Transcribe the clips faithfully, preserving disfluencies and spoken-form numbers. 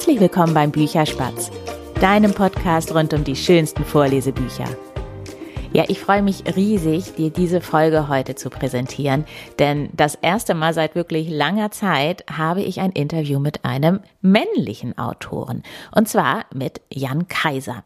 Herzlich willkommen beim Bücherspatz, deinem Podcast rund um die schönsten Vorlesebücher. Ja, ich freue mich riesig, dir diese Folge heute zu präsentieren, denn das erste Mal seit wirklich langer Zeit habe ich ein Interview mit einem männlichen Autoren, und zwar mit Jan Kaiser.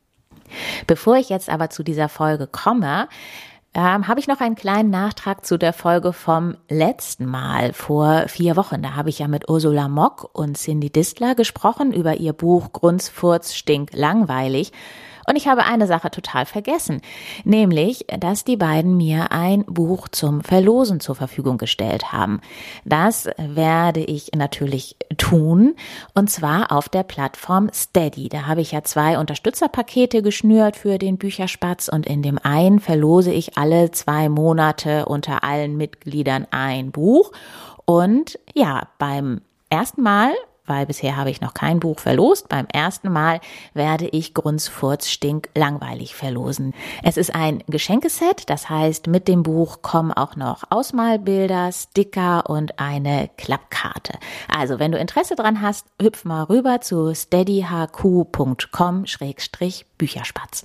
Bevor ich jetzt aber zu dieser Folge komme, Ähm, habe ich noch einen kleinen Nachtrag zu der Folge vom letzten Mal vor vier Wochen. Da habe ich ja mit Ursula Mock und Cindy Distler gesprochen über ihr Buch Grunz, Furz, Stink, Langweilig. Und ich habe eine Sache total vergessen, nämlich, dass die beiden mir ein Buch zum Verlosen zur Verfügung gestellt haben. Das werde ich natürlich tun, und zwar auf der Plattform Steady. Da habe ich ja zwei Unterstützerpakete geschnürt für den Bücherspatz, und in dem einen verlose ich alle zwei Monate unter allen Mitgliedern ein Buch. Und ja, beim ersten Mal, weil bisher habe ich noch kein Buch verlost, beim ersten Mal werde ich Grunz, Furz, Stink, Langweilig verlosen. Es ist ein Geschenkeset, das heißt, mit dem Buch kommen auch noch Ausmalbilder, Sticker und eine Klappkarte. Also, wenn du Interesse dran hast, hüpf mal rüber zu steadyhq punkt com Schrägstrich Bücherspatz.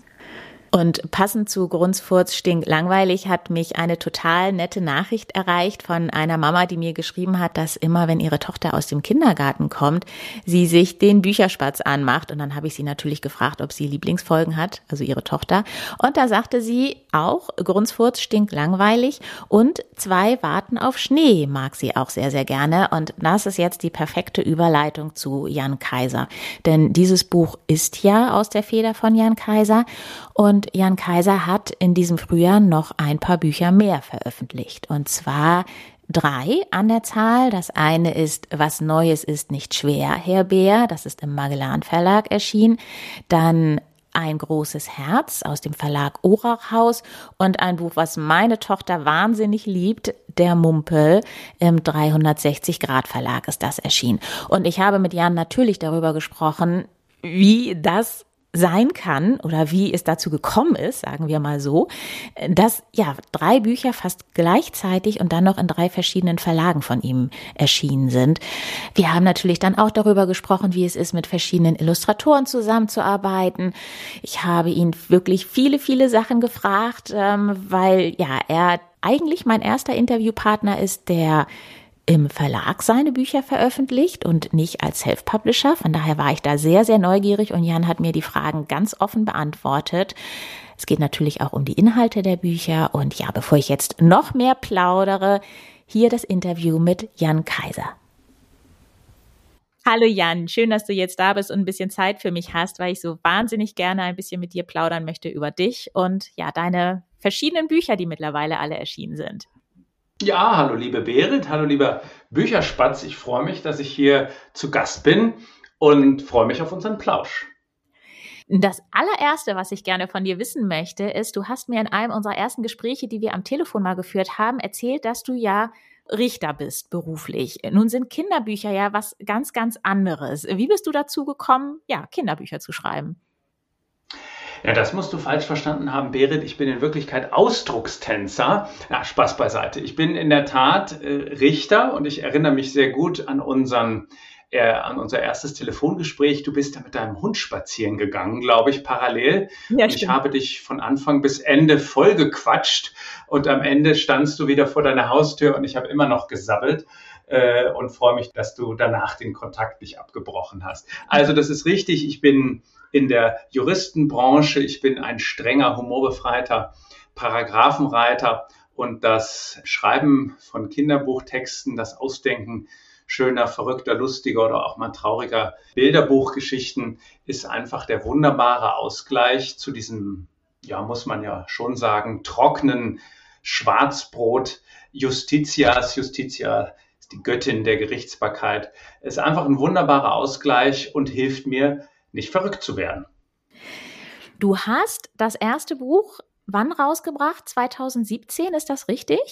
Und passend zu Grunz, Furz, Stink, Langweilig hat mich eine total nette Nachricht erreicht von einer Mama, die mir geschrieben hat, dass immer, wenn ihre Tochter aus dem Kindergarten kommt, sie sich den Bücherspatz anmacht. Und dann habe ich sie natürlich gefragt, ob sie Lieblingsfolgen hat, also ihre Tochter. Und da sagte sie auch, Grunz, Furz, Stink, Langweilig und Zwei warten auf Schnee mag sie auch sehr, sehr gerne. Und das ist jetzt die perfekte Überleitung zu Jan Kaiser. Denn dieses Buch ist ja aus der Feder von Jan Kaiser, und Jan Kaiser hat in diesem Frühjahr noch ein paar Bücher mehr veröffentlicht. Und zwar drei an der Zahl. Das eine ist Was Neues ist nicht schwer, Herr Bär. Das ist im Magellan Verlag erschienen. Dann Ein großes Herz aus dem Verlag Orachhaus und ein Buch, was meine Tochter wahnsinnig liebt, Der Mumpel, im dreihundertsechzig Grad Verlag ist das erschienen. Und ich habe mit Jan natürlich darüber gesprochen, wie das sein kann oder wie es dazu gekommen ist, sagen wir mal so, dass ja drei Bücher fast gleichzeitig und dann noch in drei verschiedenen Verlagen von ihm erschienen sind. Wir haben natürlich dann auch darüber gesprochen, wie es ist, mit verschiedenen Illustratoren zusammenzuarbeiten. Ich habe ihn wirklich viele, viele Sachen gefragt, weil ja er eigentlich mein erster Interviewpartner ist, der im Verlag seine Bücher veröffentlicht und nicht als Self-Publisher. Von daher war ich da sehr, sehr neugierig, und Jan hat mir die Fragen ganz offen beantwortet. Es geht natürlich auch um die Inhalte der Bücher. Und ja, bevor ich jetzt noch mehr plaudere, hier das Interview mit Jan Kaiser. Hallo Jan, schön, dass du jetzt da bist und ein bisschen Zeit für mich hast, weil ich so wahnsinnig gerne ein bisschen mit dir plaudern möchte über dich und ja, deine verschiedenen Bücher, die mittlerweile alle erschienen sind. Ja, hallo liebe Berit, hallo lieber Bücherspatz. Ich freue mich, dass ich hier zu Gast bin und freue mich auf unseren Plausch. Das allererste, was ich gerne von dir wissen möchte, ist, du hast mir in einem unserer ersten Gespräche, die wir am Telefon mal geführt haben, erzählt, dass du ja Richter bist beruflich. Nun sind Kinderbücher ja was ganz, ganz anderes. Wie bist du dazu gekommen, ja, Kinderbücher zu schreiben? Ja, das musst du falsch verstanden haben, Berit. Ich bin in Wirklichkeit Ausdruckstänzer. Ja, Spaß beiseite. Ich bin in der Tat äh, Richter, und ich erinnere mich sehr gut an unseren, äh, an unser erstes Telefongespräch. Du bist da mit deinem Hund spazieren gegangen, glaube ich, parallel. Ja, und ich habe dich von Anfang bis Ende voll gequatscht, und am Ende standst du wieder vor deiner Haustür und ich habe immer noch gesabbelt. Äh, und freue mich, dass du danach den Kontakt nicht abgebrochen hast. Also das ist richtig, ich bin in der Juristenbranche, ich bin ein strenger, humorbefreiter Paragraphenreiter, und das Schreiben von Kinderbuchtexten, das Ausdenken schöner, verrückter, lustiger oder auch mal trauriger Bilderbuchgeschichten ist einfach der wunderbare Ausgleich zu diesem, ja, muss man ja schon sagen, trockenen Schwarzbrot Justitias, Justitia die Göttin der Gerichtsbarkeit. Es ist einfach ein wunderbarer Ausgleich und hilft mir, nicht verrückt zu werden. Du hast das erste Buch wann rausgebracht? zwanzig siebzehn, ist das richtig?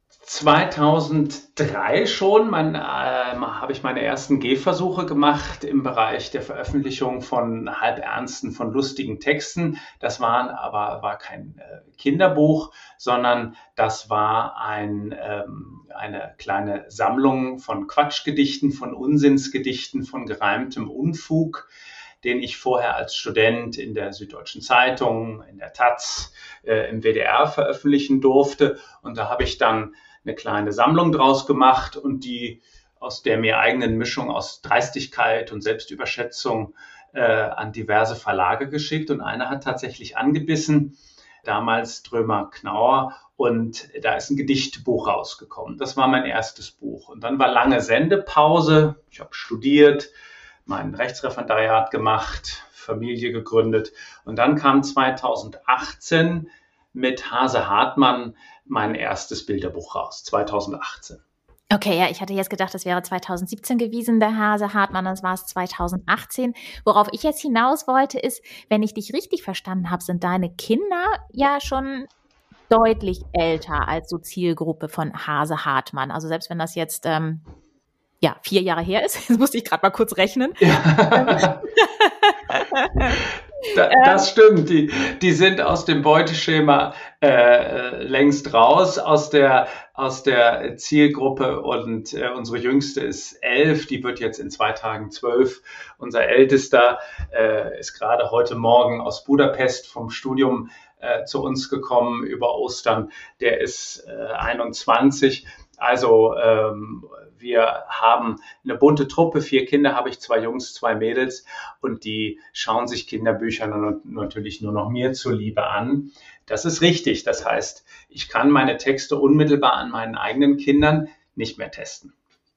zweitausenddrei schon mein, äh, habe ich meine ersten Gehversuche gemacht im Bereich der Veröffentlichung von halbernsten, von lustigen Texten. Das waren aber war kein äh, Kinderbuch, sondern das war ein, ähm, eine kleine Sammlung von Quatschgedichten, von Unsinnsgedichten, von gereimtem Unfug, den ich vorher als Student in der Süddeutschen Zeitung, in der Taz, äh, im W D R veröffentlichen durfte. Und da habe ich dann eine kleine Sammlung draus gemacht und die aus der mir eigenen Mischung aus Dreistigkeit und Selbstüberschätzung äh, an diverse Verlage geschickt. Und einer hat tatsächlich angebissen, damals Drömer Knauer, und da ist ein Gedichtbuch rausgekommen. Das war mein erstes Buch. Und dann war lange Sendepause. Ich habe studiert, mein Rechtsreferendariat gemacht, Familie gegründet. Und dann kam zweitausendachtzehn mit Hase Hartmann mein erstes Bilderbuch raus, zweitausendachtzehn. Okay, ja, ich hatte jetzt gedacht, das wäre zweitausendsiebzehn gewesen, der Hase Hartmann, das war es zweitausendachtzehn. Worauf ich jetzt hinaus wollte, ist, wenn ich dich richtig verstanden habe, sind deine Kinder ja schon deutlich älter als so Zielgruppe von Hase Hartmann. Also selbst wenn das jetzt ähm, ja vier Jahre her ist, jetzt musste ich gerade mal kurz rechnen. Ja. Da, das stimmt, die, die sind aus dem Beuteschema äh, längst raus, aus der, aus der Zielgruppe, und äh, unsere Jüngste ist elf, die wird jetzt in zwei Tagen zwölf. Unser Ältester äh, ist gerade heute Morgen aus Budapest vom Studium äh, zu uns gekommen über Ostern, der ist äh, einundzwanzig. Also ähm, wir haben eine bunte Truppe, vier Kinder habe ich, zwei Jungs, zwei Mädels, und die schauen sich Kinderbücher natürlich nur noch mir zuliebe an. Das ist richtig. Das heißt, ich kann meine Texte unmittelbar an meinen eigenen Kindern nicht mehr testen.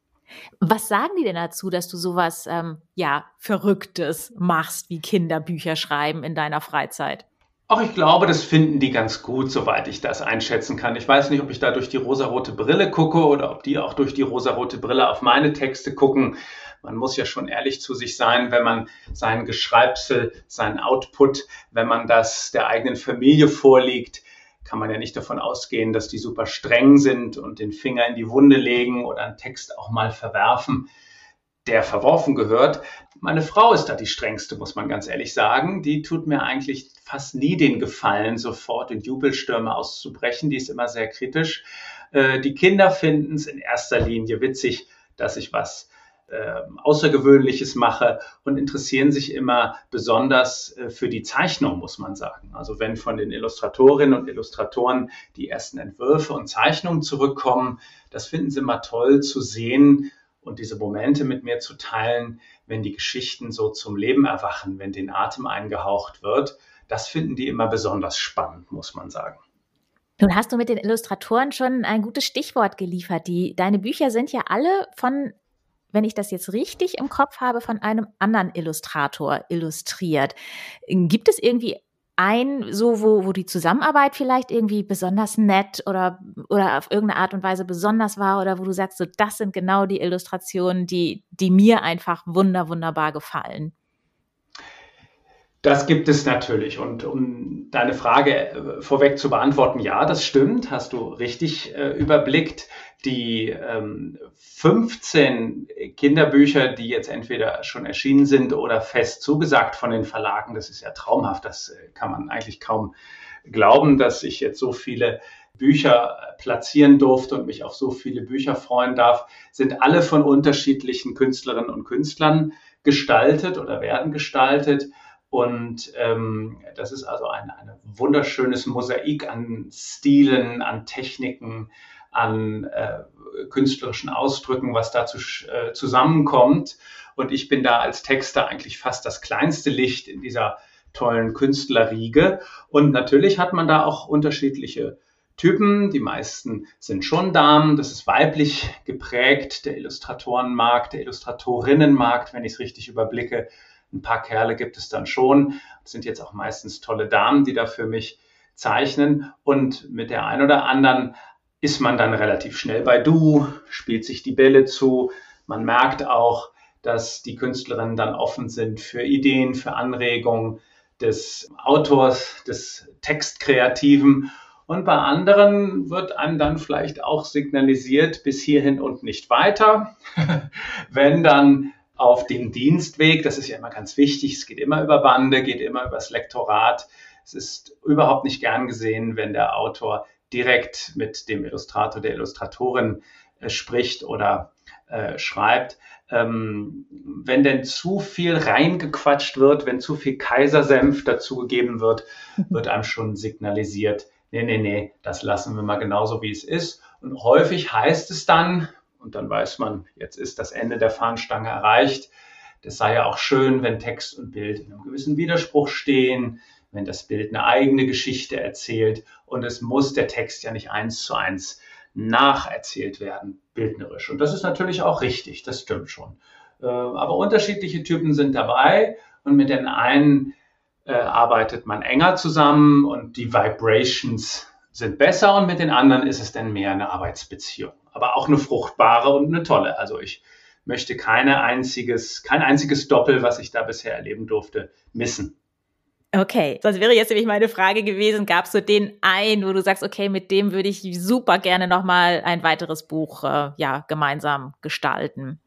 Was sagen die denn dazu, dass du sowas ähm, ja, Verrücktes machst, wie Kinderbücher schreiben in deiner Freizeit? Auch ich glaube, das finden die ganz gut, soweit ich das einschätzen kann. Ich weiß nicht, ob ich da durch die rosarote Brille gucke oder ob die auch durch die rosarote Brille auf meine Texte gucken. Man muss ja schon ehrlich zu sich sein, wenn man sein Geschreibsel, sein Output, wenn man das der eigenen Familie vorlegt, kann man ja nicht davon ausgehen, dass die super streng sind und den Finger in die Wunde legen oder einen Text auch mal verwerfen, der verworfen gehört. Meine Frau ist da die strengste, muss man ganz ehrlich sagen. Die tut mir eigentlich fast nie den Gefallen, sofort in Jubelstürme auszubrechen. Die ist immer sehr kritisch. Äh, die Kinder finden es in erster Linie witzig, dass ich was äh, Außergewöhnliches mache, und interessieren sich immer besonders äh, für die Zeichnung, muss man sagen. Also wenn von den Illustratorinnen und Illustratoren die ersten Entwürfe und Zeichnungen zurückkommen, das finden sie immer toll zu sehen und diese Momente mit mir zu teilen, wenn die Geschichten so zum Leben erwachen, wenn den Atem eingehaucht wird. Das finden die immer besonders spannend, muss man sagen. Nun hast du mit den Illustratoren schon ein gutes Stichwort geliefert. Die, deine Bücher sind ja alle von, wenn ich das jetzt richtig im Kopf habe, von einem anderen Illustrator illustriert. Gibt es irgendwie ein, so wo, wo die Zusammenarbeit vielleicht irgendwie besonders nett oder, oder auf irgendeine Art und Weise besonders war, oder wo du sagst, so, das sind genau die Illustrationen, die, die mir einfach wunder, wunderbar gefallen? Das gibt es natürlich. Und um deine Frage vorweg zu beantworten, ja, das stimmt, hast du richtig äh, überblickt. Die ähm, fünfzehn Kinderbücher, die jetzt entweder schon erschienen sind oder fest zugesagt von den Verlagen, das ist ja traumhaft, das kann man eigentlich kaum glauben, dass ich jetzt so viele Bücher platzieren durfte und mich auf so viele Bücher freuen darf, sind alle von unterschiedlichen Künstlerinnen und Künstlern gestaltet oder werden gestaltet. Und ähm, das ist also ein, ein wunderschönes Mosaik an Stilen, an Techniken, an äh, künstlerischen Ausdrücken, was dazu äh, zusammenkommt. Und ich bin da als Texter eigentlich fast das kleinste Licht in dieser tollen Künstlerriege. Und natürlich hat man da auch unterschiedliche Typen. Die meisten sind schon Damen. Das ist weiblich geprägt, der Illustratorenmarkt, der Illustratorinnenmarkt, wenn ich es richtig überblicke. Ein paar Kerle gibt es dann schon. Das sind jetzt auch meistens tolle Damen, die da für mich zeichnen. Und mit der einen oder anderen ist man dann relativ schnell bei Du, spielt sich die Bälle zu. Man merkt auch, dass die Künstlerinnen dann offen sind für Ideen, für Anregungen des Autors, des Textkreativen. Und bei anderen wird einem dann vielleicht auch signalisiert, bis hierhin und nicht weiter. Wenn dann auf dem Dienstweg, das ist ja immer ganz wichtig, es geht immer über Bande, geht immer übers Lektorat. Es ist überhaupt nicht gern gesehen, wenn der Autor direkt mit dem Illustrator, der Illustratorin äh, spricht oder äh, schreibt. Ähm, wenn denn zu viel reingequatscht wird, wenn zu viel Kaisersenf dazugegeben wird, wird einem schon signalisiert, nee, nee, nee, das lassen wir mal genauso, wie es ist. Und häufig heißt es dann, und dann weiß man, jetzt ist das Ende der Fahnenstange erreicht. Das sei ja auch schön, wenn Text und Bild in einem gewissen Widerspruch stehen, wenn das Bild eine eigene Geschichte erzählt und es muss der Text ja nicht eins zu eins nacherzählt werden, bildnerisch. Und das ist natürlich auch richtig, das stimmt schon. Aber unterschiedliche Typen sind dabei und mit den einen äh, arbeitet man enger zusammen und die Vibrations sind besser und mit den anderen ist es dann mehr eine Arbeitsbeziehung. Aber auch eine fruchtbare und eine tolle. Also ich möchte keine einziges, kein einziges Doppel, was ich da bisher erleben durfte, missen. Okay, sonst wäre jetzt nämlich meine Frage gewesen, gab es so den einen, wo du sagst, okay, mit dem würde ich super gerne nochmal ein weiteres Buch äh, ja, gemeinsam gestalten?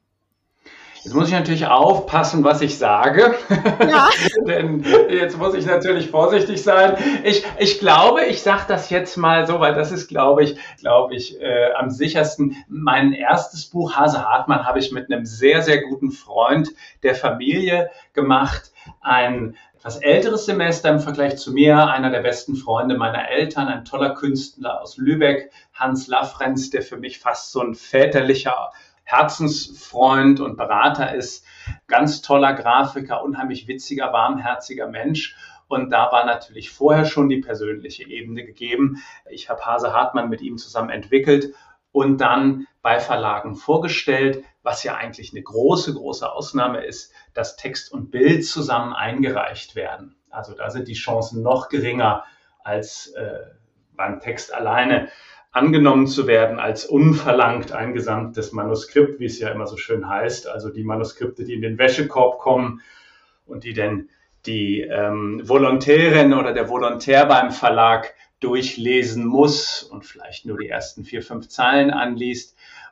Jetzt muss ich natürlich aufpassen, was ich sage, ja. Denn jetzt muss ich natürlich vorsichtig sein. Ich, ich glaube, ich sage das jetzt mal so, weil das ist, glaube ich, glaube ich, äh, am sichersten. Mein erstes Buch, Hase Hartmann, habe ich mit einem sehr, sehr guten Freund der Familie gemacht. Ein etwas älteres Semester im Vergleich zu mir, einer der besten Freunde meiner Eltern, ein toller Künstler aus Lübeck, Hans Lafrenz, der für mich fast so ein väterlicher Herzensfreund und Berater ist, ganz toller Grafiker, unheimlich witziger, warmherziger Mensch. Und da war natürlich vorher schon die persönliche Ebene gegeben. Ich habe Hase Hartmann mit ihm zusammen entwickelt und dann bei Verlagen vorgestellt, was ja eigentlich eine große, große Ausnahme ist, dass Text und Bild zusammen eingereicht werden. Also da sind die Chancen noch geringer als äh, beim Text alleine angenommen zu werden als unverlangt eingesandtes Manuskript, wie es ja immer so schön heißt. Also die Manuskripte, die in den Wäschekorb kommen und die dann die ähm, Volontärin oder der Volontär beim Verlag durchlesen muss und vielleicht nur die ersten vier, fünf Zeilen anliest.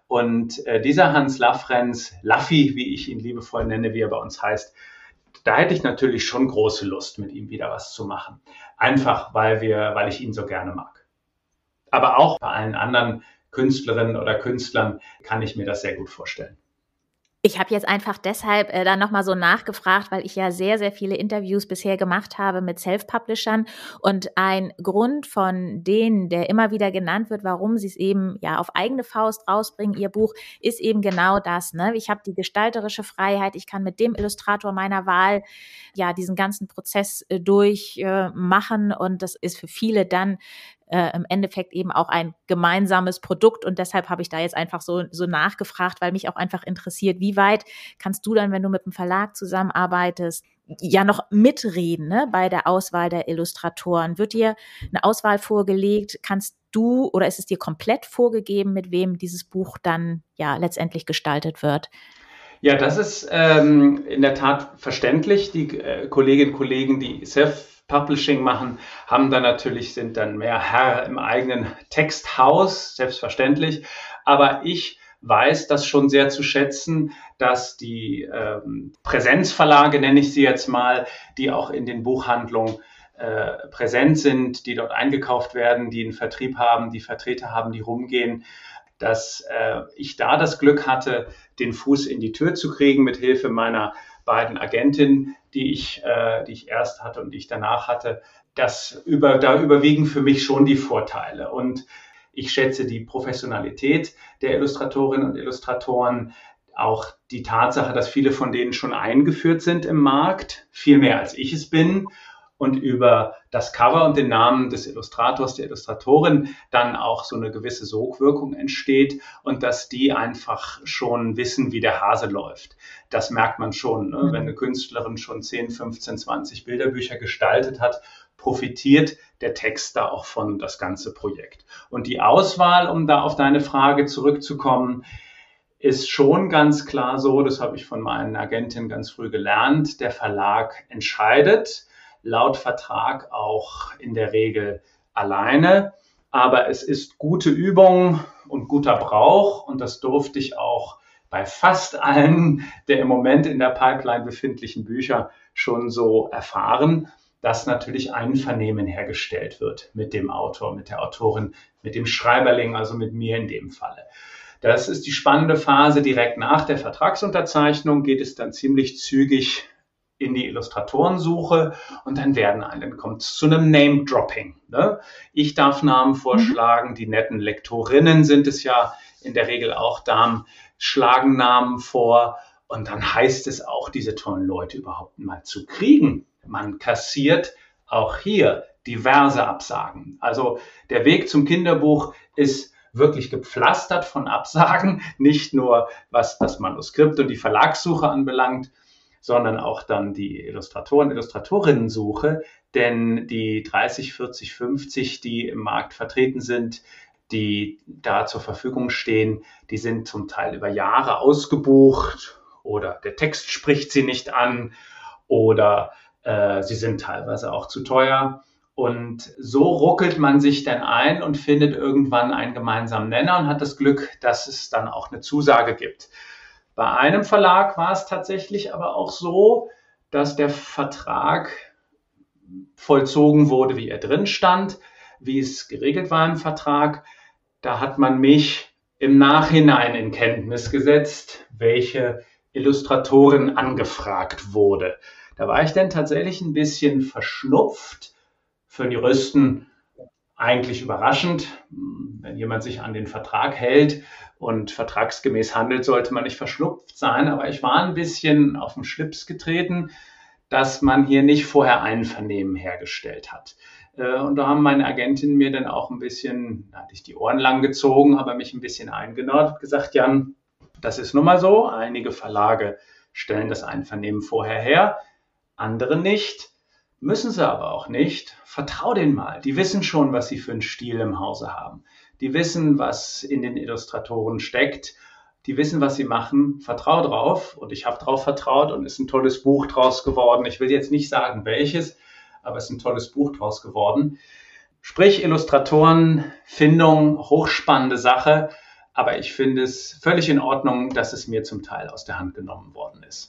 Und äh, dieser Hans Lafrenz, Laffi, wie ich ihn liebevoll nenne, wie er bei uns heißt, da hätte ich natürlich schon große Lust, mit ihm wieder was zu machen. Einfach, weil wir, weil ich ihn so gerne mag. Aber auch bei allen anderen Künstlerinnen oder Künstlern kann ich mir das sehr gut vorstellen. Ich habe jetzt einfach deshalb äh, dann nochmal so nachgefragt, weil ich ja sehr, sehr viele Interviews bisher gemacht habe mit Self-Publishern. Und ein Grund von denen, der immer wieder genannt wird, warum sie es eben ja auf eigene Faust rausbringen, ihr Buch, ist eben genau das. Ne? Ich habe die gestalterische Freiheit, ich kann mit dem Illustrator meiner Wahl ja diesen ganzen Prozess äh, durchmachen. Äh, und das ist für viele dann Äh, im Endeffekt eben auch ein gemeinsames Produkt und deshalb habe ich da jetzt einfach so, so nachgefragt, weil mich auch einfach interessiert, wie weit kannst du dann, wenn du mit einem Verlag zusammenarbeitest, ja noch mitreden, ne, bei der Auswahl der Illustratoren? Wird dir eine Auswahl vorgelegt? Kannst du oder ist es dir komplett vorgegeben, mit wem dieses Buch dann ja letztendlich gestaltet wird? Ja, das ist ähm, in der Tat verständlich. Die äh, Kolleginnen und Kollegen, die Self Publishing machen, haben dann natürlich, sind dann mehr Herr im eigenen Texthaus, selbstverständlich. Aber ich weiß das schon sehr zu schätzen, dass die ähm, Präsenzverlage, nenne ich sie jetzt mal, die auch in den Buchhandlungen äh, präsent sind, die dort eingekauft werden, die einen Vertrieb haben, die Vertreter haben, die rumgehen, dass äh, ich da das Glück hatte, den Fuß in die Tür zu kriegen mit Hilfe meiner beiden Agentinnen, die ich, äh, die ich erst hatte und die ich danach hatte. Das über, da überwiegen für mich schon die Vorteile. Und ich schätze die Professionalität der Illustratorinnen und Illustratoren, auch die Tatsache, dass viele von denen schon eingeführt sind im Markt, viel mehr als ich es bin. Und über das Cover und den Namen des Illustrators, der Illustratorin, dann auch so eine gewisse Sogwirkung entsteht und dass die einfach schon wissen, wie der Hase läuft. Das merkt man schon, ne? Wenn eine Künstlerin schon zehn, fünfzehn, zwanzig Bilderbücher gestaltet hat, profitiert der Text da auch von das ganze Projekt. Und die Auswahl, um da auf deine Frage zurückzukommen, ist schon ganz klar so, das habe ich von meinen Agentinnen ganz früh gelernt, der Verlag entscheidet, laut Vertrag auch in der Regel alleine, aber es ist gute Übung und guter Brauch und das durfte ich auch bei fast allen der im Moment in der Pipeline befindlichen Bücher schon so erfahren, dass natürlich ein Vernehmen hergestellt wird mit dem Autor, mit der Autorin, mit dem Schreiberling, also mit mir in dem Falle. Das ist die spannende Phase. Direkt nach der Vertragsunterzeichnung geht es dann ziemlich zügig in die Illustratorensuche und dann werden einen, kommt es zu einem Name-Dropping. Ne? Ich darf Namen vorschlagen, mhm. die netten Lektorinnen sind es ja in der Regel auch, Damen schlagen Namen vor und dann heißt es auch, diese tollen Leute überhaupt mal zu kriegen. Man kassiert auch hier diverse Absagen. Also der Weg zum Kinderbuch ist wirklich gepflastert von Absagen, nicht nur was das Manuskript und die Verlagssuche anbelangt, sondern auch dann die Illustratoren, Illustratorinnen-Suche, denn die dreißig, vierzig, fünfzig, die im Markt vertreten sind, die da zur Verfügung stehen, die sind zum Teil über Jahre ausgebucht oder der Text spricht sie nicht an oder äh, sie sind teilweise auch zu teuer. Und so ruckelt man sich dann ein und findet irgendwann einen gemeinsamen Nenner und hat das Glück, dass es dann auch eine Zusage gibt. Bei einem Verlag war es tatsächlich aber auch so, dass der Vertrag vollzogen wurde, wie er drin stand, wie es geregelt war im Vertrag. Da hat man mich im Nachhinein in Kenntnis gesetzt, welche Illustratorin angefragt wurde. Da war ich dann tatsächlich ein bisschen verschnupft. Für einen Juristen eigentlich überraschend. Wenn jemand sich an den Vertrag hält und vertragsgemäß handelt, sollte man nicht verschnupft sein. Aber ich war ein bisschen auf den Schlips getreten, dass man hier nicht vorher Einvernehmen hergestellt hat. Und da haben meine Agentinnen mir dann auch ein bisschen, da hatte ich die Ohren lang gezogen, aber mich ein bisschen eingenordet, gesagt, Jan, das ist nun mal so. Einige Verlage stellen das Einvernehmen vorher her, andere nicht. Müssen sie aber auch nicht. Vertrau denen mal. Die wissen schon, was sie für einen Stil im Hause haben. Die wissen, was in den Illustratoren steckt. Die wissen, was sie machen. Vertrau drauf. Und ich habe drauf vertraut und es ist ein tolles Buch draus geworden. Ich will jetzt nicht sagen, welches, aber es ist ein tolles Buch draus geworden. Sprich, Illustratorenfindung, hochspannende Sache. Aber ich finde es völlig in Ordnung, dass es mir zum Teil aus der Hand genommen worden ist.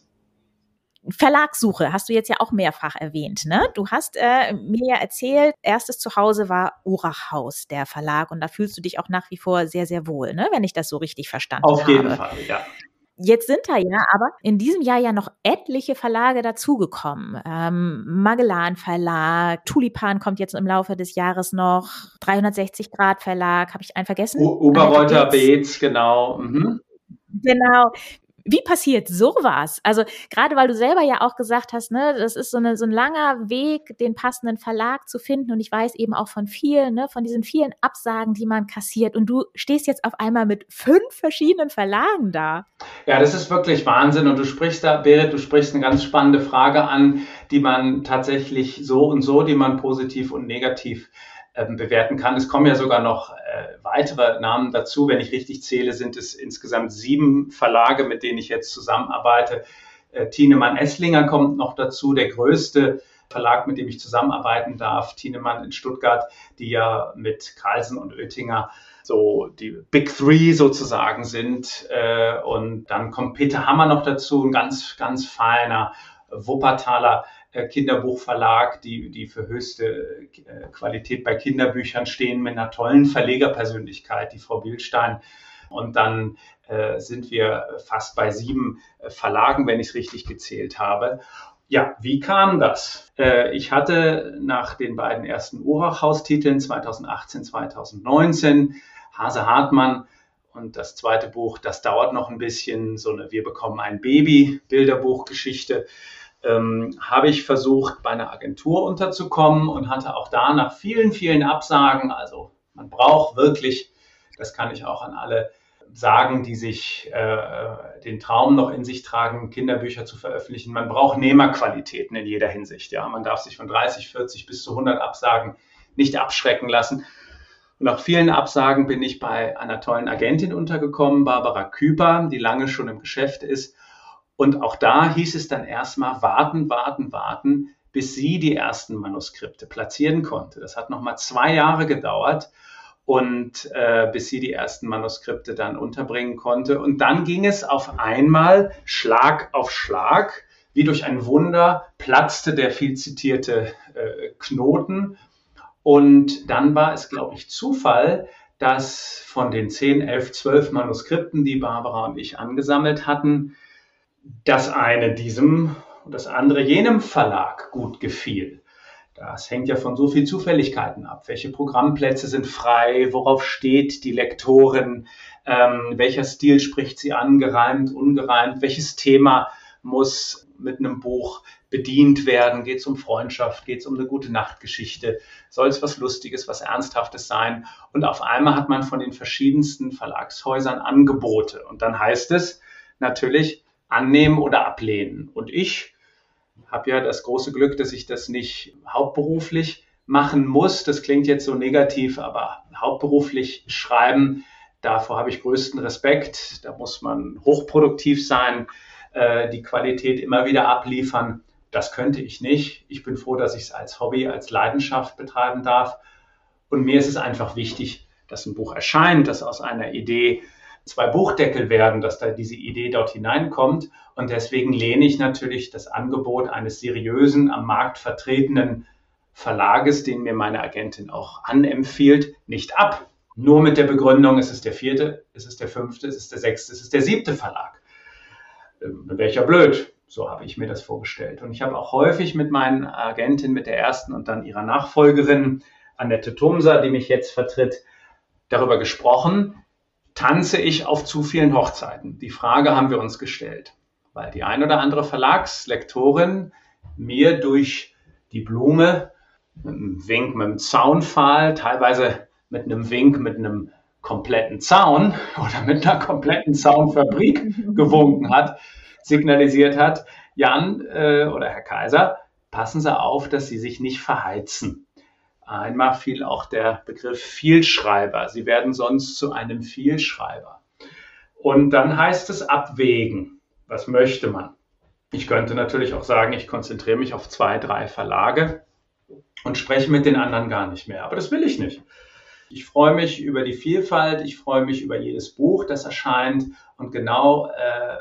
Verlagssuche hast du jetzt ja auch mehrfach erwähnt, ne? Du hast äh, mir ja erzählt, erstes Zuhause war Urachhaus, der Verlag, und da fühlst du dich auch nach wie vor sehr, sehr wohl, ne? Wenn ich das so richtig verstanden habe. Auf jeden Fall, ja. Jetzt sind da ja aber in diesem Jahr ja noch etliche Verlage dazugekommen. Ähm, Magellan Verlag, Tulipan kommt jetzt im Laufe des Jahres noch, dreihundertsechzig Grad Verlag, habe ich einen vergessen? Oberreuter Beetz, genau. Mhm. Genau. Wie passiert sowas? Also gerade weil du selber ja auch gesagt hast, ne, das ist so, eine, so ein langer Weg, den passenden Verlag zu finden. Und ich weiß eben auch von vielen, ne, von diesen vielen Absagen, die man kassiert. Und du stehst jetzt auf einmal mit fünf verschiedenen Verlagen da. Ja, das ist wirklich Wahnsinn. Und du sprichst da, Berit, du sprichst eine ganz spannende Frage an, die man tatsächlich so und so, die man positiv und negativ ähm, bewerten kann. Es kommen ja sogar noch äh, weitere Namen dazu. Wenn ich richtig zähle, sind es insgesamt sieben Verlage, mit denen ich jetzt zusammenarbeite. Äh, Thienemann Esslinger kommt noch dazu, der größte Verlag, mit dem ich zusammenarbeiten darf. Thienemann in Stuttgart, die ja mit Carlsen und Oettinger so die Big Three sozusagen sind. Äh, und dann kommt Peter Hammer noch dazu, ein ganz, ganz feiner Wuppertaler Kinderbuchverlag, die, die für höchste Qualität bei Kinderbüchern stehen, mit einer tollen Verlegerpersönlichkeit, die Frau Bildstein. Und dann äh, sind wir fast bei sieben Verlagen, wenn ich es richtig gezählt habe. Ja, wie kam das? Äh, ich hatte nach den beiden ersten Urachhaus-Titeln zweitausendachtzehn, zweitausendneunzehn, Hase Hartmann, und das zweite Buch, das dauert noch ein bisschen, so eine Wir bekommen ein Baby, Bilderbuchgeschichte, Ähm, habe ich versucht, bei einer Agentur unterzukommen und hatte auch da nach vielen, vielen Absagen, also man braucht wirklich, das kann ich auch an alle sagen, die sich äh, den Traum noch in sich tragen, Kinderbücher zu veröffentlichen, man braucht Nehmerqualitäten in jeder Hinsicht. Ja, man darf sich von dreißig, vierzig bis zu hundert Absagen nicht abschrecken lassen. Und nach vielen Absagen bin ich bei einer tollen Agentin untergekommen, Barbara Küper, die lange schon im Geschäft ist. Und auch da hieß es dann erstmal warten, warten, warten, bis sie die ersten Manuskripte platzieren konnte. Das hat nochmal zwei Jahre gedauert. Und äh, bis sie die ersten Manuskripte dann unterbringen konnte. Und dann ging es auf einmal Schlag auf Schlag. Wie durch ein Wunder platzte der viel zitierte äh, Knoten. Und dann war es, glaube ich, Zufall, dass von den zehn, elf, zwölf Manuskripten, die Barbara und ich angesammelt hatten, das eine diesem und das andere jenem Verlag gut gefiel. Das hängt ja von so vielen Zufälligkeiten ab. Welche Programmplätze sind frei? Worauf steht die Lektorin? Ähm, welcher Stil spricht sie an? Gereimt, ungereimt? Welches Thema muss mit einem Buch bedient werden? Geht es um Freundschaft? Geht es um eine gute Nachtgeschichte? Soll es was Lustiges, was Ernsthaftes sein? Und auf einmal hat man von den verschiedensten Verlagshäusern Angebote. Und dann heißt es natürlich annehmen oder ablehnen. Und ich habe ja das große Glück, dass ich das nicht hauptberuflich machen muss. Das klingt jetzt so negativ, aber hauptberuflich schreiben, davor habe ich größten Respekt. Da muss man hochproduktiv sein, äh, die Qualität immer wieder abliefern. Das könnte ich nicht. Ich bin froh, dass ich es als Hobby, als Leidenschaft betreiben darf. Und mir ist es einfach wichtig, dass ein Buch erscheint, dass aus einer Idee zwei Buchdeckel werden, dass da diese Idee dort hineinkommt. Und deswegen lehne ich natürlich das Angebot eines seriösen, am Markt vertretenen Verlages, den mir meine Agentin auch anempfiehlt, nicht ab. Nur mit der Begründung, es ist der vierte, es ist der fünfte, es ist der sechste, es ist der siebte Verlag. Dann wäre ich ja blöd. So habe ich mir das vorgestellt. Und ich habe auch häufig mit meinen Agentin, mit der ersten und dann ihrer Nachfolgerin, Annette Thumser, die mich jetzt vertritt, darüber gesprochen, tanze ich auf zu vielen Hochzeiten? Die Frage haben wir uns gestellt, weil die ein oder andere Verlagslektorin mir durch die Blume mit einem Wink mit einem Zaunpfahl, teilweise mit einem Wink mit einem kompletten Zaun oder mit einer kompletten Zaunfabrik gewunken hat, signalisiert hat, Jan äh, oder Herr Kaiser, passen Sie auf, dass Sie sich nicht verheizen. Einmal fiel auch der Begriff Vielschreiber. Sie werden sonst zu einem Vielschreiber. Und dann heißt es abwägen. Was möchte man? Ich könnte natürlich auch sagen, ich konzentriere mich auf zwei, drei Verlage und spreche mit den anderen gar nicht mehr. Aber das will ich nicht. Ich freue mich über die Vielfalt. Ich freue mich über jedes Buch, das erscheint. Und genau äh,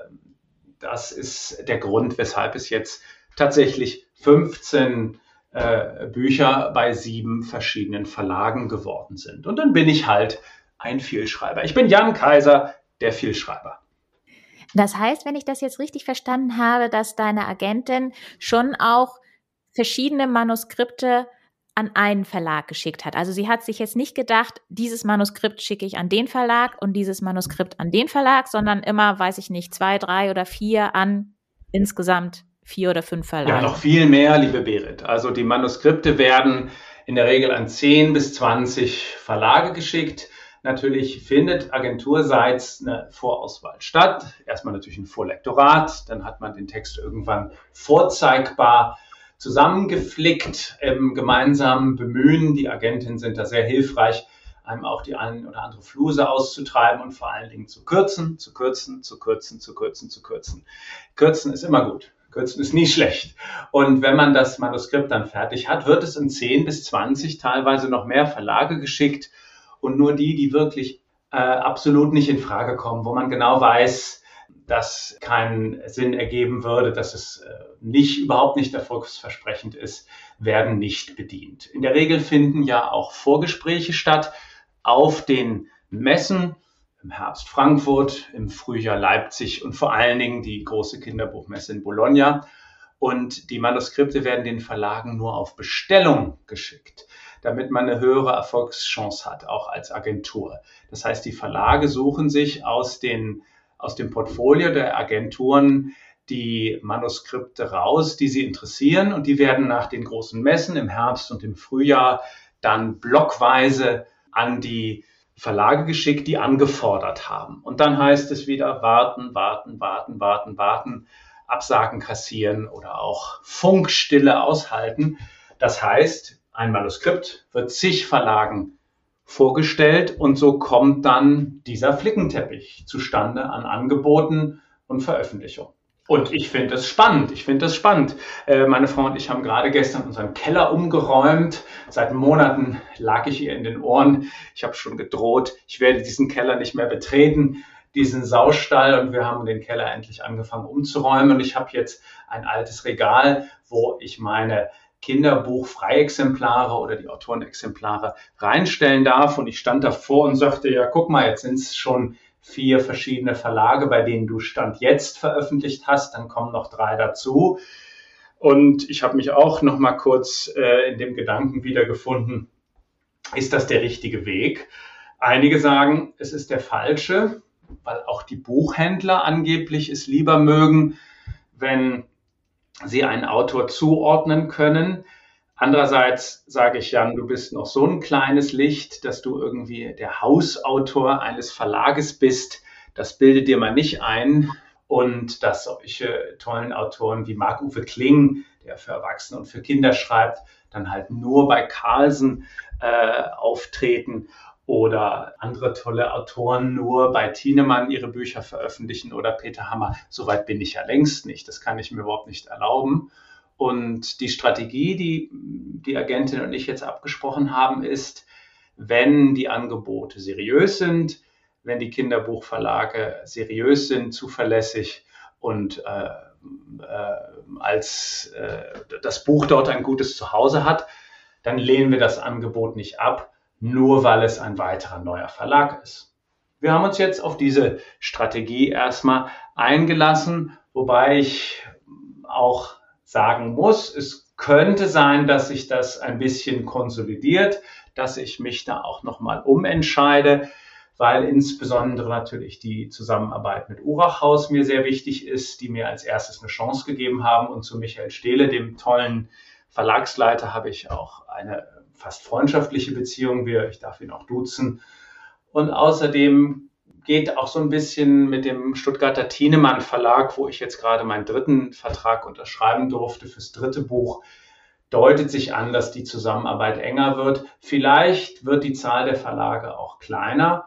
das ist der Grund, weshalb es jetzt tatsächlich fünfzehn Äh, Bücher bei sieben verschiedenen Verlagen geworden sind. Und dann bin ich halt ein Vielschreiber. Ich bin Jan Kaiser, der Vielschreiber. Das heißt, wenn ich das jetzt richtig verstanden habe, dass deine Agentin schon auch verschiedene Manuskripte an einen Verlag geschickt hat. Also sie hat sich jetzt nicht gedacht, dieses Manuskript schicke ich an den Verlag und dieses Manuskript an den Verlag, sondern immer, weiß ich nicht, zwei, drei oder vier an insgesamt vier oder fünf Verlage. Ja, noch viel mehr, liebe Berit. Also die Manuskripte werden in der Regel an zehn bis zwanzig Verlage geschickt. Natürlich findet agenturseits eine Vorauswahl statt. Erstmal natürlich ein Vorlektorat, dann hat man den Text irgendwann vorzeigbar zusammengeflickt im gemeinsamen Bemühen. Die Agentinnen sind da sehr hilfreich, einem auch die eine oder andere Fluse auszutreiben und vor allen Dingen zu kürzen, zu kürzen, zu kürzen, zu kürzen, zu kürzen. Kürzen ist immer gut. Kürzen ist nie schlecht. Und wenn man das Manuskript dann fertig hat, wird es in zehn bis zwanzig, teilweise noch mehr Verlage geschickt. Und nur die, die wirklich äh, absolut nicht in Frage kommen, wo man genau weiß, dass keinen Sinn ergeben würde, dass es äh, nicht, überhaupt nicht erfolgsversprechend ist, werden nicht bedient. In der Regel finden ja auch Vorgespräche statt auf den Messen, im Herbst Frankfurt, im Frühjahr Leipzig und vor allen Dingen die große Kinderbuchmesse in Bologna. Und die Manuskripte werden den Verlagen nur auf Bestellung geschickt, damit man eine höhere Erfolgschance hat, auch als Agentur. Das heißt, die Verlage suchen sich aus, den, aus dem Portfolio der Agenturen die Manuskripte raus, die sie interessieren. Und die werden nach den großen Messen im Herbst und im Frühjahr dann blockweise an die Verlage geschickt, die angefordert haben. Und dann heißt es wieder warten, warten, warten, warten, warten, Absagen kassieren oder auch Funkstille aushalten. Das heißt, ein Manuskript wird zig Verlagen vorgestellt und so kommt dann dieser Flickenteppich zustande an Angeboten und Veröffentlichungen. Und ich finde das spannend. Ich finde das spannend. Äh, meine Frau und ich haben gerade gestern unseren Keller umgeräumt. Seit Monaten lag ich ihr in den Ohren. Ich habe schon gedroht, ich werde diesen Keller nicht mehr betreten, diesen Saustall. Und wir haben den Keller endlich angefangen umzuräumen. Und ich habe jetzt ein altes Regal, wo ich meine Kinderbuch-Freiexemplare oder die Autorenexemplare reinstellen darf. Und ich stand davor und sagte, ja, guck mal, jetzt sind es schon vier verschiedene Verlage, bei denen du Stand jetzt veröffentlicht hast. Dann kommen noch drei dazu. Und ich habe mich auch noch mal kurz äh, in dem Gedanken wiedergefunden, ist das der richtige Weg? Einige sagen, es ist der falsche, weil auch die Buchhändler angeblich es lieber mögen, wenn sie einen Autor zuordnen können. Andererseits sage ich, Jan, du bist noch so ein kleines Licht, dass du irgendwie der Hausautor eines Verlages bist. Das bilde dir mal nicht ein. Und dass solche tollen Autoren wie Marc-Uwe Kling, der für Erwachsene und für Kinder schreibt, dann halt nur bei Carlsen äh, auftreten oder andere tolle Autoren nur bei Thienemann ihre Bücher veröffentlichen oder Peter Hammer. Soweit bin ich ja längst nicht. Das kann ich mir überhaupt nicht erlauben. Und die Strategie, die die Agentin und ich jetzt abgesprochen haben, ist, wenn die Angebote seriös sind, wenn die Kinderbuchverlage seriös sind, zuverlässig und äh, äh, als äh, das Buch dort ein gutes Zuhause hat, dann lehnen wir das Angebot nicht ab, nur weil es ein weiterer neuer Verlag ist. Wir haben uns jetzt auf diese Strategie erstmal eingelassen, wobei ich auch sagen muss, es könnte sein, dass sich das ein bisschen konsolidiert, dass ich mich da auch nochmal umentscheide, weil insbesondere natürlich die Zusammenarbeit mit Urachhaus mir sehr wichtig ist, die mir als erstes eine Chance gegeben haben. Und zu Michael Stehle, dem tollen Verlagsleiter, habe ich auch eine fast freundschaftliche Beziehung. Ich darf ihn auch duzen. Und außerdem geht auch so ein bisschen mit dem Stuttgarter Thienemann Verlag, wo ich jetzt gerade meinen dritten Vertrag unterschreiben durfte fürs dritte Buch, deutet sich an, dass die Zusammenarbeit enger wird. Vielleicht wird die Zahl der Verlage auch kleiner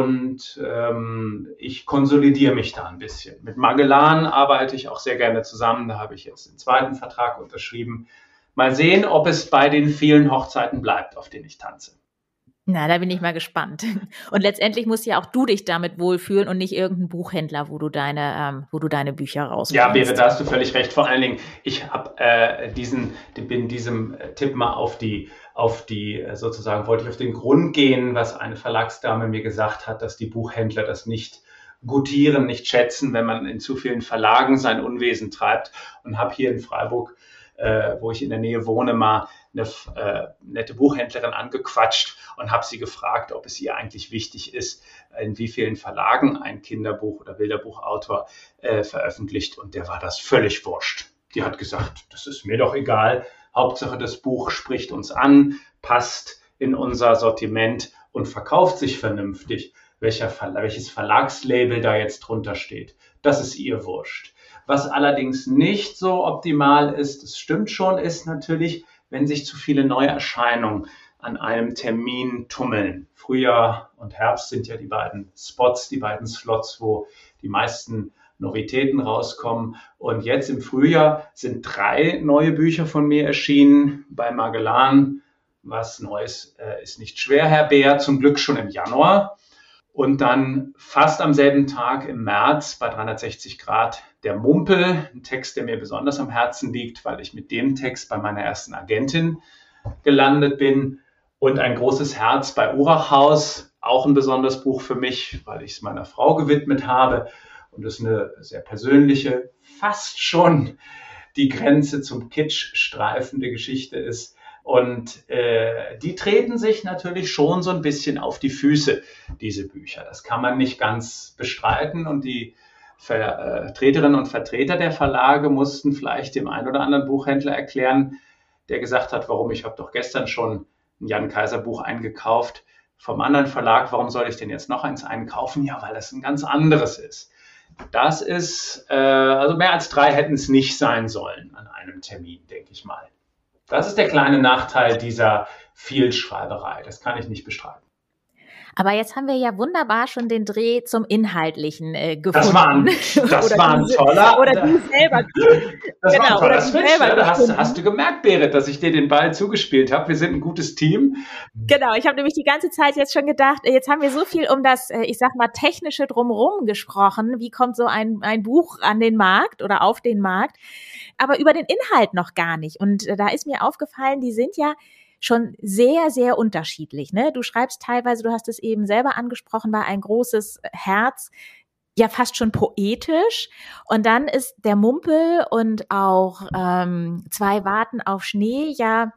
und ähm, ich konsolidiere mich da ein bisschen. Mit Magellan arbeite ich auch sehr gerne zusammen. Da habe ich jetzt den zweiten Vertrag unterschrieben. Mal sehen, ob es bei den vielen Hochzeiten bleibt, auf denen ich tanze. Na, da bin ich mal gespannt. Und letztendlich musst ja auch du dich damit wohlfühlen und nicht irgendein Buchhändler, wo du deine, ähm, wo du deine Bücher rausbringst. Ja, Berit, da hast du völlig recht. Vor allen Dingen, ich habe äh, diesen, bin diesem Tipp mal auf die, auf die, sozusagen, wollte ich auf den Grund gehen, was eine Verlagsdame mir gesagt hat, dass die Buchhändler das nicht gutieren, nicht schätzen, wenn man in zu vielen Verlagen sein Unwesen treibt. Und habe hier in Freiburg, äh, wo ich in der Nähe wohne, mal eine äh, nette Buchhändlerin angequatscht und habe sie gefragt, ob es ihr eigentlich wichtig ist, in wie vielen Verlagen ein Kinderbuch- oder Bilderbuchautor äh, veröffentlicht. Und der war das völlig wurscht. Die hat gesagt, das ist mir doch egal. Hauptsache, das Buch spricht uns an, passt in unser Sortiment und verkauft sich vernünftig. Welcher Ver- welches Verlagslabel da jetzt drunter steht, das ist ihr wurscht. Was allerdings nicht so optimal ist, das stimmt schon, ist natürlich, wenn sich zu viele Neuerscheinungen an einem Termin tummeln. Frühjahr und Herbst sind ja die beiden Spots, die beiden Slots, wo die meisten Novitäten rauskommen. Und jetzt im Frühjahr sind drei neue Bücher von mir erschienen. Bei Magellan, was Neues äh, ist nicht schwer, Herr Beer, zum Glück schon im Januar. Und dann fast am selben Tag im März bei dreihundertsechzig Grad der Mumpel, ein Text, der mir besonders am Herzen liegt, weil ich mit dem Text bei meiner ersten Agentin gelandet bin. Und ein großes Herz bei Urachhaus, auch ein besonderes Buch für mich, weil ich es meiner Frau gewidmet habe. Und es eine sehr persönliche, fast schon die Grenze zum Kitsch streifende Geschichte ist. Und äh, die treten sich natürlich schon so ein bisschen auf die Füße, diese Bücher. Das kann man nicht ganz bestreiten. Und die Vertreterinnen und Vertreter der Verlage mussten vielleicht dem einen oder anderen Buchhändler erklären, der gesagt hat, warum, ich habe doch gestern schon ein Jan-Kaiser-Buch eingekauft vom anderen Verlag, warum soll ich denn jetzt noch eins einkaufen? Ja, weil das ein ganz anderes ist. Das ist, äh, also mehr als drei hätten es nicht sein sollen an einem Termin, denke ich mal. Das ist der kleine Nachteil dieser Vielschreiberei. Das kann ich nicht bestreiten. Aber jetzt haben wir ja wunderbar schon den Dreh zum Inhaltlichen äh, gefunden. Das war ein, das war ein toller... Oder du selber. Das genau, war ein toller oder Switch. selber Da hast, hast du gemerkt, Berit, dass ich dir den Ball zugespielt habe. Wir sind ein gutes Team. Genau, ich habe nämlich die ganze Zeit jetzt schon gedacht, jetzt haben wir so viel um das, ich sag mal, technische Drumherum gesprochen. Wie kommt so ein, ein Buch an den Markt oder auf den Markt? Aber über den Inhalt noch gar nicht. Und da ist mir aufgefallen, die sind ja schon sehr, sehr unterschiedlich. Ne? Du schreibst teilweise, du hast es eben selber angesprochen, war ein großes Herz, ja fast schon poetisch. Und dann ist der Mumpel und auch ähm, zwei Warten auf Schnee ja,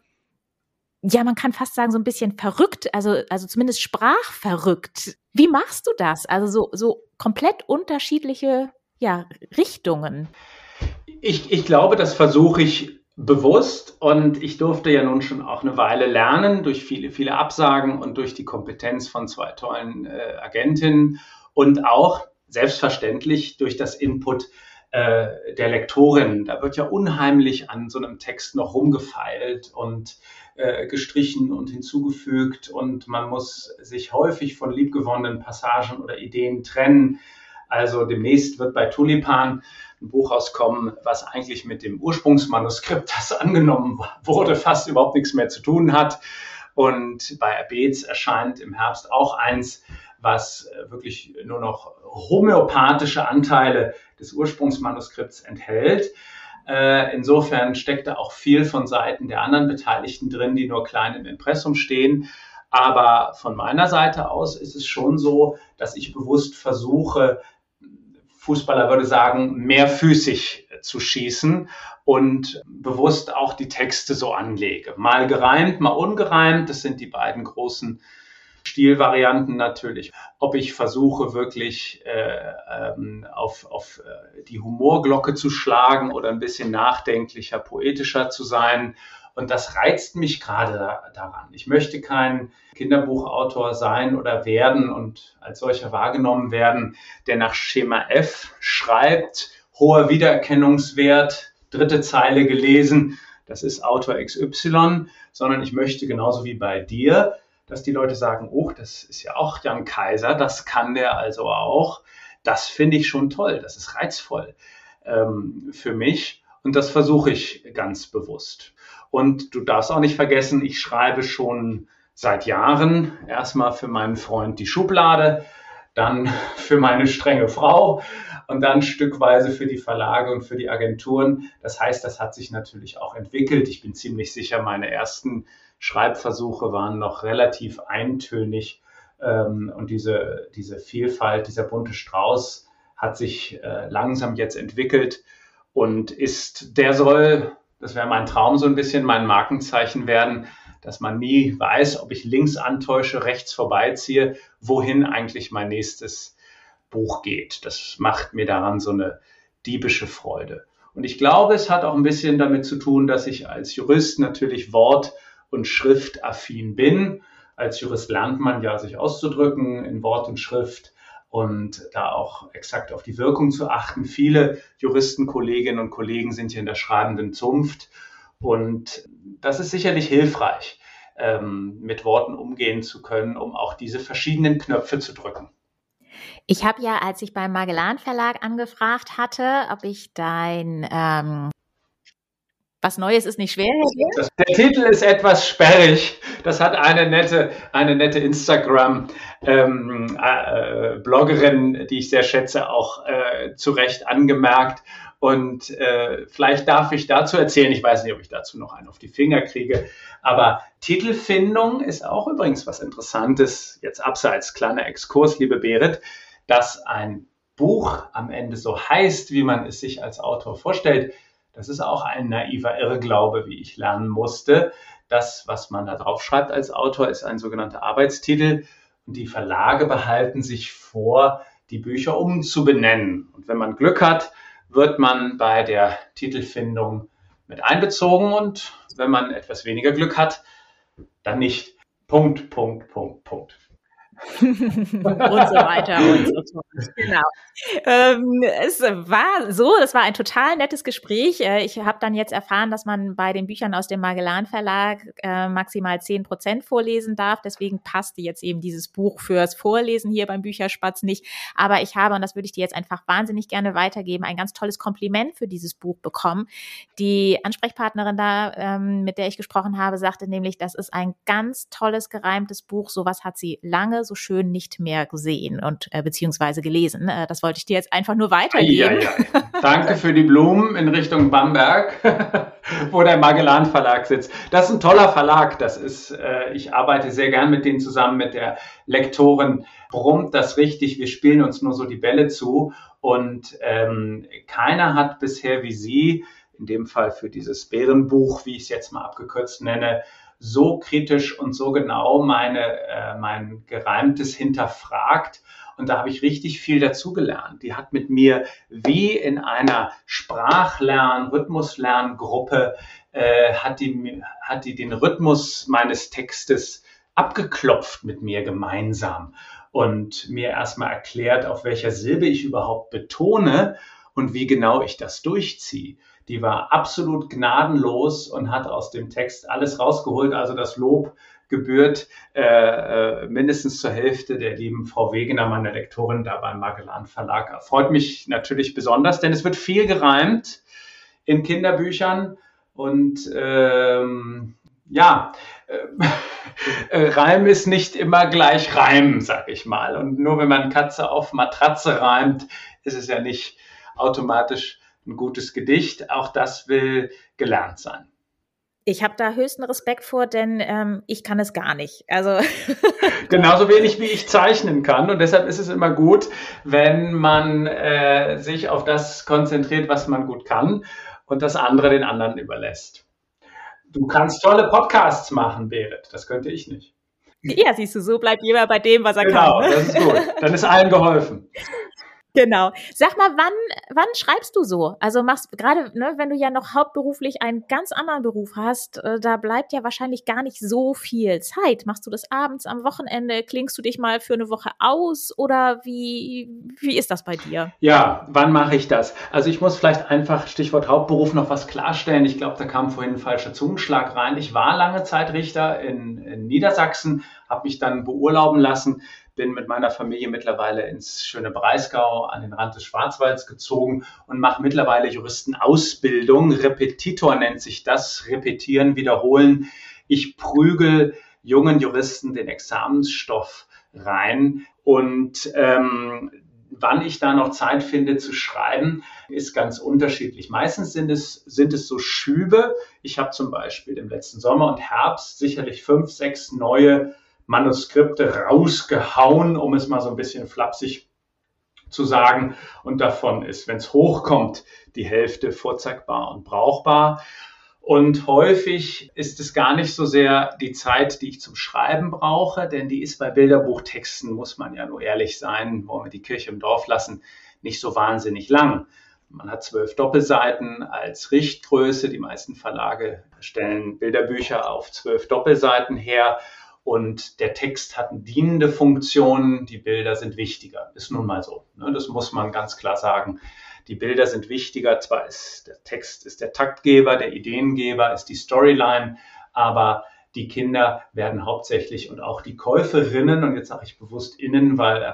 ja, man kann fast sagen, so ein bisschen verrückt, also, also zumindest sprachverrückt. Wie machst du das? Also so, so komplett unterschiedliche ja, Richtungen. Ich, ich glaube, das versuche ich bewusst, und ich durfte ja nun schon auch eine Weile lernen durch viele, viele Absagen und durch die Kompetenz von zwei tollen äh, Agentinnen und auch selbstverständlich durch das Input äh, der Lektorin. Da wird ja unheimlich an so einem Text noch rumgefeilt und äh, gestrichen und hinzugefügt, und man muss sich häufig von liebgewonnenen Passagen oder Ideen trennen. Also demnächst wird bei Tulipan ein Buch rauskommen, was eigentlich mit dem Ursprungsmanuskript, das angenommen wurde, fast überhaupt nichts mehr zu tun hat. Und bei Abetz erscheint im Herbst auch eins, was wirklich nur noch homöopathische Anteile des Ursprungsmanuskripts enthält. Insofern steckt da auch viel von Seiten der anderen Beteiligten drin, die nur klein im Impressum stehen. Aber von meiner Seite aus ist es schon so, dass ich bewusst versuche, Fußballer würde sagen, mehrfüßig zu schießen und bewusst auch die Texte so anlege. Mal gereimt, mal ungereimt. Das sind die beiden großen Stilvarianten natürlich. Ob ich versuche, wirklich äh, ähm, auf, auf äh, die Humorglocke zu schlagen oder ein bisschen nachdenklicher, poetischer zu sein. Und das reizt mich gerade da, daran. Ich möchte kein Kinderbuchautor sein oder werden und als solcher wahrgenommen werden, der nach Schema F schreibt, hoher Wiedererkennungswert, dritte Zeile gelesen, das ist Autor X Y, sondern ich möchte genauso wie bei dir, dass die Leute sagen, oh, das ist ja auch Jan Kaiser, das kann der also auch. Das finde ich schon toll, das ist reizvoll ähm, für mich, und das versuche ich ganz bewusst. Und du darfst auch nicht vergessen, ich schreibe schon seit Jahren erstmal für meinen Freund die Schublade, dann für meine strenge Frau und dann stückweise für die Verlage und für die Agenturen. Das heißt, das hat sich natürlich auch entwickelt. Ich bin ziemlich sicher, meine ersten Schreibversuche waren noch relativ eintönig, ähm, und diese, diese Vielfalt, dieser bunte Strauß hat sich äh, langsam jetzt entwickelt und ist, der soll, das wäre mein Traum so ein bisschen, mein Markenzeichen werden, dass man nie weiß, ob ich links antäusche, rechts vorbeiziehe, wohin eigentlich mein nächstes Buch geht. Das macht mir daran so eine diebische Freude. Und ich glaube, es hat auch ein bisschen damit zu tun, dass ich als Jurist natürlich Wort- und Schriftaffin bin. Als Jurist lernt man ja, sich auszudrücken in Wort und Schrift und da auch exakt auf die Wirkung zu achten. Viele Juristenkolleginnen und Kollegen sind hier in der schreibenden Zunft, und das ist sicherlich hilfreich, ähm, mit Worten umgehen zu können, um auch diese verschiedenen Knöpfe zu drücken. Ich habe ja, als ich beim Magellan Verlag angefragt hatte, ob ich dein ähm, Was Neues ist nicht schwer, Herr das, Der Titel ist etwas sperrig. Das hat eine nette, eine nette Instagram-Bloggerin, ähm, äh, die ich sehr schätze, auch äh, zu Recht angemerkt. Und äh, vielleicht darf ich dazu erzählen, ich weiß nicht, ob ich dazu noch einen auf die Finger kriege, aber Titelfindung ist auch übrigens was Interessantes, jetzt abseits, kleiner Exkurs, liebe Berit, dass ein Buch am Ende so heißt, wie man es sich als Autor vorstellt. Das ist auch ein naiver Irrglaube, wie ich lernen musste. Das, was man da drauf schreibt als Autor, ist ein sogenannter Arbeitstitel, und die Verlage behalten sich vor, die Bücher umzubenennen. Und wenn man Glück hat, wird man bei der Titelfindung mit einbezogen, und wenn man etwas weniger Glück hat, dann nicht. Punkt, Punkt, Punkt, Punkt. und so weiter und so fort. Genau. Ähm, es war so, das war ein total nettes Gespräch. Ich habe dann jetzt erfahren, dass man bei den Büchern aus dem Magellan Verlag äh, maximal zehn Prozent vorlesen darf. Deswegen passte jetzt eben dieses Buch fürs Vorlesen hier beim Bücherspatz nicht. Aber ich habe, und das würde ich dir jetzt einfach wahnsinnig gerne weitergeben, ein ganz tolles Kompliment für dieses Buch bekommen. Die Ansprechpartnerin da, ähm, mit der ich gesprochen habe, sagte nämlich, das ist ein ganz tolles, gereimtes Buch. Sowas hat sie lange so schön nicht mehr gesehen und äh, beziehungsweise gelesen. Äh, das wollte ich dir jetzt einfach nur weitergeben. Ja, ja. Danke für die Blumen in Richtung Bamberg, wo der Magellan Verlag sitzt. Das ist ein toller Verlag. Das ist, äh, ich arbeite sehr gern mit denen zusammen, mit der Lektorin. Brummt das richtig? Wir spielen uns nur so die Bälle zu. Und ähm, keiner hat bisher wie Sie, in dem Fall für dieses Bärenbuch, wie ich es jetzt mal abgekürzt nenne, so kritisch und so genau meine, äh, mein Gereimtes hinterfragt. Und da habe ich richtig viel dazugelernt. Die hat mit mir wie in einer Sprachlern-, Rhythmuslerngruppe, äh, hat, die, hat die den Rhythmus meines Textes abgeklopft mit mir gemeinsam und mir erstmal erklärt, auf welcher Silbe ich überhaupt betone und wie genau ich das durchziehe. Die war absolut gnadenlos und hat aus dem Text alles rausgeholt. Also das Lob gebührt äh, mindestens zur Hälfte der lieben Frau Wegener, meiner Lektorin da beim Magellan Verlag. Freut mich natürlich besonders, denn es wird viel gereimt in Kinderbüchern. Und ähm, ja, äh, Reim ist nicht immer gleich Reim, sag ich mal. Und nur wenn man Katze auf Matratze reimt, ist es ja nicht automatisch ein gutes Gedicht. Auch das will gelernt sein. Ich habe da höchsten Respekt vor, denn ähm, ich kann es gar nicht. Also genauso wenig wie ich zeichnen kann. Und deshalb ist es immer gut, wenn man äh, sich auf das konzentriert, was man gut kann und das andere den anderen überlässt. Du kannst tolle Podcasts machen, Berit. Das könnte ich nicht. Ja, siehst du, so bleibt jeder bei dem, was er genau, kann. Genau, das ist gut. Dann ist allen geholfen. Genau. Sag mal, wann, wann schreibst du so? Also machst gerade, ne, wenn du ja noch hauptberuflich einen ganz anderen Beruf hast, äh, da bleibt ja wahrscheinlich gar nicht so viel Zeit. Machst du das abends, am Wochenende? Klingst du dich mal für eine Woche aus? Oder wie, wie ist das bei dir? Ja, wann mache ich das? Also ich muss vielleicht einfach, Stichwort Hauptberuf, noch was klarstellen. Ich glaube, da kam vorhin ein falscher Zungenschlag rein. Ich war lange Zeit Richter in, in Niedersachsen, habe mich dann beurlauben lassen, bin mit meiner Familie mittlerweile ins schöne Breisgau an den Rand des Schwarzwalds gezogen und mache mittlerweile Juristenausbildung. Repetitor nennt sich das, repetieren, wiederholen. Ich prügel jungen Juristen den Examensstoff rein und ähm, wann ich da noch Zeit finde zu schreiben, ist ganz unterschiedlich. Meistens sind es, sind es so Schübe. Ich habe zum Beispiel im letzten Sommer und Herbst sicherlich fünf, sechs neue Manuskripte rausgehauen, um es mal so ein bisschen flapsig zu sagen. Und davon ist, wenn es hochkommt, die Hälfte vorzeigbar und brauchbar. Und häufig ist es gar nicht so sehr die Zeit, die ich zum Schreiben brauche, denn die ist bei Bilderbuchtexten, muss man ja nur ehrlich sein, wollen wir die Kirche im Dorf lassen, nicht so wahnsinnig lang. Man hat zwölf Doppelseiten als Richtgröße. Die meisten Verlage stellen Bilderbücher auf zwölf Doppelseiten her. Und der Text hat eine dienende Funktion, die Bilder sind wichtiger. Ist nun mal so. Ne? Das muss man ganz klar sagen. Die Bilder sind wichtiger. Zwar ist der Text ist der Taktgeber, der Ideengeber, ist die Storyline, aber die Kinder werden hauptsächlich und auch die Käuferinnen, und jetzt sage ich bewusst innen, weil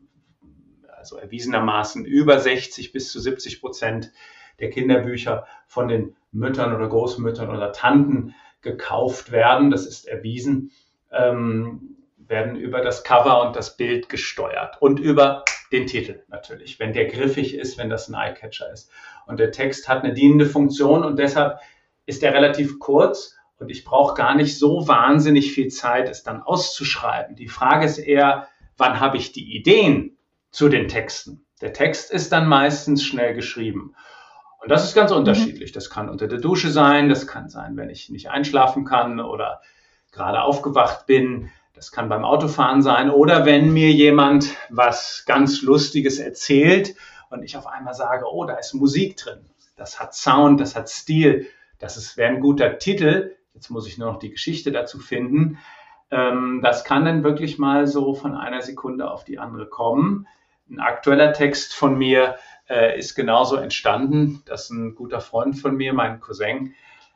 also erwiesenermaßen über sechzig bis zu siebzig Prozent der Kinderbücher von den Müttern oder Großmüttern oder Tanten gekauft werden. Das ist erwiesen. Ähm, werden über das Cover und das Bild gesteuert und über den Titel natürlich, wenn der griffig ist, wenn das ein Eyecatcher ist. Und der Text hat eine dienende Funktion und deshalb ist er relativ kurz und ich brauche gar nicht so wahnsinnig viel Zeit, es dann auszuschreiben. Die Frage ist eher, wann habe ich die Ideen zu den Texten? Der Text ist dann meistens schnell geschrieben. Und das ist ganz unterschiedlich. Das kann unter der Dusche sein, das kann sein, wenn ich nicht einschlafen kann oder gerade aufgewacht bin. Das kann beim Autofahren sein oder wenn mir jemand was ganz Lustiges erzählt und ich auf einmal sage, oh, da ist Musik drin. Das hat Sound, das hat Stil, das wäre ein guter Titel. Jetzt muss ich nur noch die Geschichte dazu finden. Ähm, das kann dann wirklich mal so von einer Sekunde auf die andere kommen. Ein aktueller Text von mir äh, ist genauso entstanden, dass ein guter Freund von mir, mein Cousin,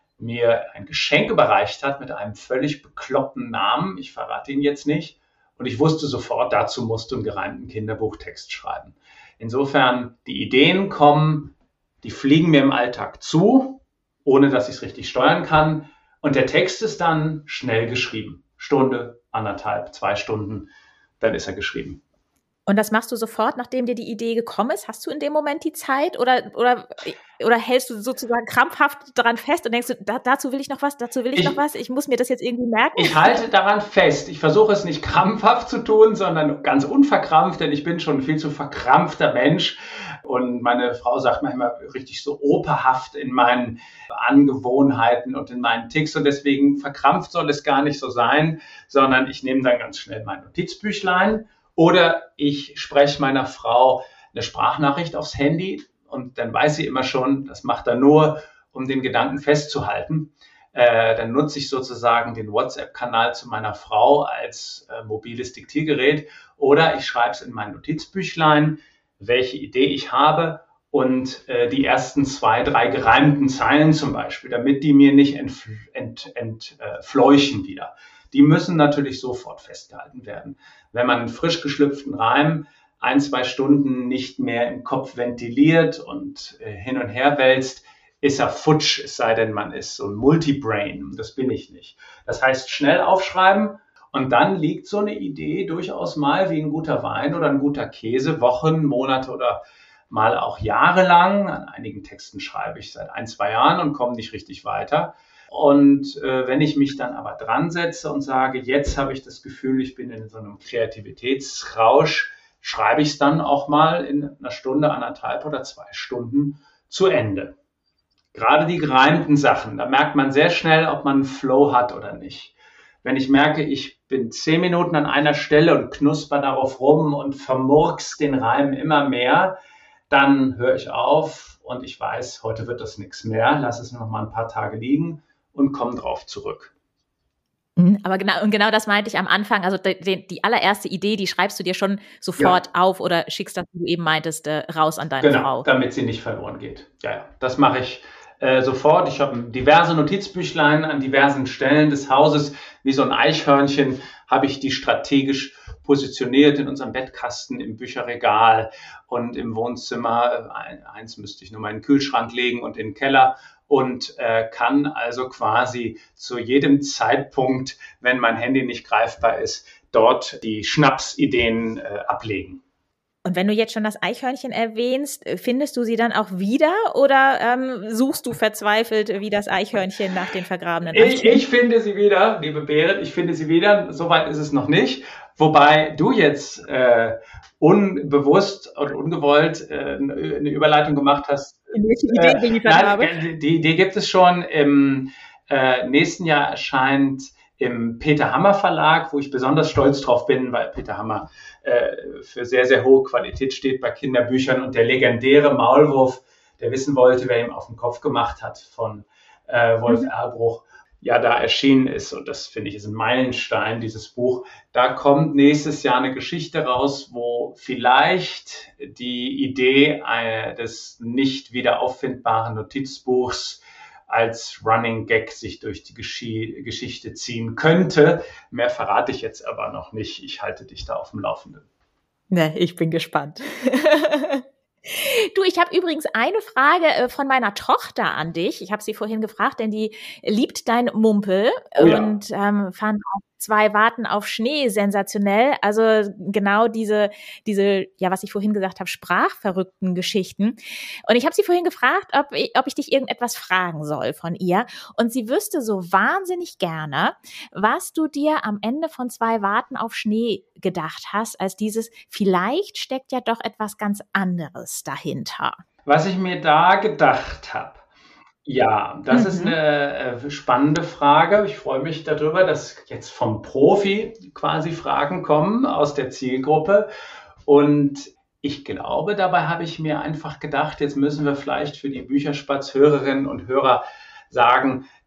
mir ein Geschenk überreicht hat mit einem völlig bekloppten Namen. Ich verrate ihn jetzt nicht. Und ich wusste sofort, dazu musst du einen gereimten Kinderbuchtext schreiben. Insofern, die Ideen kommen, die fliegen mir im Alltag zu, ohne dass ich es richtig steuern kann. Und der Text ist dann schnell geschrieben. Stunde, anderthalb, zwei Stunden, dann ist er geschrieben. Und das machst du sofort, nachdem dir die Idee gekommen ist? Hast du in dem Moment die Zeit oder, oder, oder hältst du sozusagen krampfhaft daran fest und denkst du, da, dazu will ich noch was, dazu will ich, ich noch was, ich muss mir das jetzt irgendwie merken? Ich halte daran fest. Ich versuche es nicht krampfhaft zu tun, sondern ganz unverkrampft, denn ich bin schon ein viel zu verkrampfter Mensch. Und meine Frau sagt manchmal richtig so operhaft in meinen Angewohnheiten und in meinen Ticks. Und deswegen verkrampft soll es gar nicht so sein, sondern ich nehme dann ganz schnell mein Notizbüchlein. Oder ich spreche meiner Frau eine Sprachnachricht aufs Handy und dann weiß sie immer schon, das macht er nur, um den Gedanken festzuhalten. Äh, dann nutze ich sozusagen den WhatsApp-Kanal zu meiner Frau als äh, mobiles Diktiergerät oder ich schreibe es in mein Notizbüchlein, welche Idee ich habe und äh, die ersten zwei, drei gereimten Zeilen zum Beispiel, damit die mir nicht entfleuchen ent, ent, äh, wieder. Die müssen natürlich sofort festgehalten werden. Wenn man einen frisch geschlüpften Reim ein, zwei Stunden nicht mehr im Kopf ventiliert und äh, hin und her wälzt, ist er futsch, es sei denn, man ist so ein Multibrain. Das bin ich nicht. Das heißt, schnell aufschreiben und dann liegt so eine Idee durchaus mal wie ein guter Wein oder ein guter Käse, Wochen, Monate oder mal auch jahrelang. An einigen Texten schreibe ich seit ein, zwei Jahren und komme nicht richtig weiter. Und äh, wenn ich mich dann aber dran setze und sage, jetzt habe ich das Gefühl, ich bin in so einem Kreativitätsrausch, schreibe ich es dann auch mal in einer Stunde, anderthalb oder zwei Stunden zu Ende. Gerade die gereimten Sachen, da merkt man sehr schnell, ob man einen Flow hat oder nicht. Wenn ich merke, ich bin zehn Minuten an einer Stelle und knusper darauf rum und vermurks den Reim immer mehr, dann höre ich auf und ich weiß, heute wird das nichts mehr, lass es noch mal ein paar Tage liegen und komme drauf zurück. Aber genau, und genau das meinte ich am Anfang, also die, die allererste Idee, die schreibst du dir schon sofort ja. auf oder schickst dann, wie du eben meintest, raus an deine genau, Frau. Damit sie nicht verloren geht. Ja, ja, das mache ich äh, sofort. Ich habe diverse Notizbüchlein an diversen Stellen des Hauses, wie so ein Eichhörnchen, habe ich die strategisch positioniert in unserem Bettkasten, im Bücherregal und im Wohnzimmer. Eins müsste ich nur mal in den Kühlschrank legen und in den Keller. Und äh, kann also quasi zu jedem Zeitpunkt, wenn mein Handy nicht greifbar ist, dort die Schnapsideen äh, ablegen. Und wenn du jetzt schon das Eichhörnchen erwähnst, findest du sie dann auch wieder oder ähm, suchst du verzweifelt wie das Eichhörnchen nach den vergrabenen Eichhörnchen? Ich, ich finde sie wieder, liebe Berit, ich finde sie wieder. Soweit ist es noch nicht. Wobei du jetzt äh, unbewusst und ungewollt äh, eine Überleitung gemacht hast. In welche Idee äh, geliefert nein, habe? Die, die Idee gibt es schon. Im äh, nächsten Jahr erscheint im Peter Hammer Verlag, wo ich besonders stolz drauf bin, weil Peter Hammer äh, für sehr, sehr hohe Qualität steht bei Kinderbüchern und der legendäre Maulwurf, der wissen wollte, wer ihm auf den Kopf gemacht hat, von äh, Wolf mhm. Erlbruch, ja da erschienen ist. Und das, finde ich, ist ein Meilenstein, dieses Buch. Da kommt nächstes Jahr eine Geschichte raus, wo vielleicht die Idee äh, des nicht wieder auffindbaren Notizbuchs als Running Gag sich durch die Gesch- Geschichte ziehen könnte. Mehr verrate ich jetzt aber noch nicht. Ich halte dich da auf dem Laufenden. Ne, ich bin gespannt. Du, ich habe übrigens eine Frage von meiner Tochter an dich. Ich habe sie vorhin gefragt, denn die liebt dein Mumpel oh ja. und ähm, fand auch zwei Warten auf Schnee sensationell. Also genau diese, diese, ja, was ich vorhin gesagt habe, sprachverrückten Geschichten. Und ich habe sie vorhin gefragt, ob ich, ob ich dich irgendetwas fragen soll von ihr. Und sie wüsste so wahnsinnig gerne, was du dir am Ende von zwei Warten auf Schnee gedacht hast, als dieses, vielleicht steckt ja doch etwas ganz anderes dahinter. Was ich mir da gedacht habe. Ja, das mhm. ist eine äh, spannende Frage. Ich freue mich darüber, dass jetzt vom Profi quasi Fragen kommen aus der Zielgruppe. Und ich glaube, dabei habe ich mir einfach gedacht, jetzt müssen wir vielleicht für die Bücherspatz-Hörerinnen und Hörer sagen,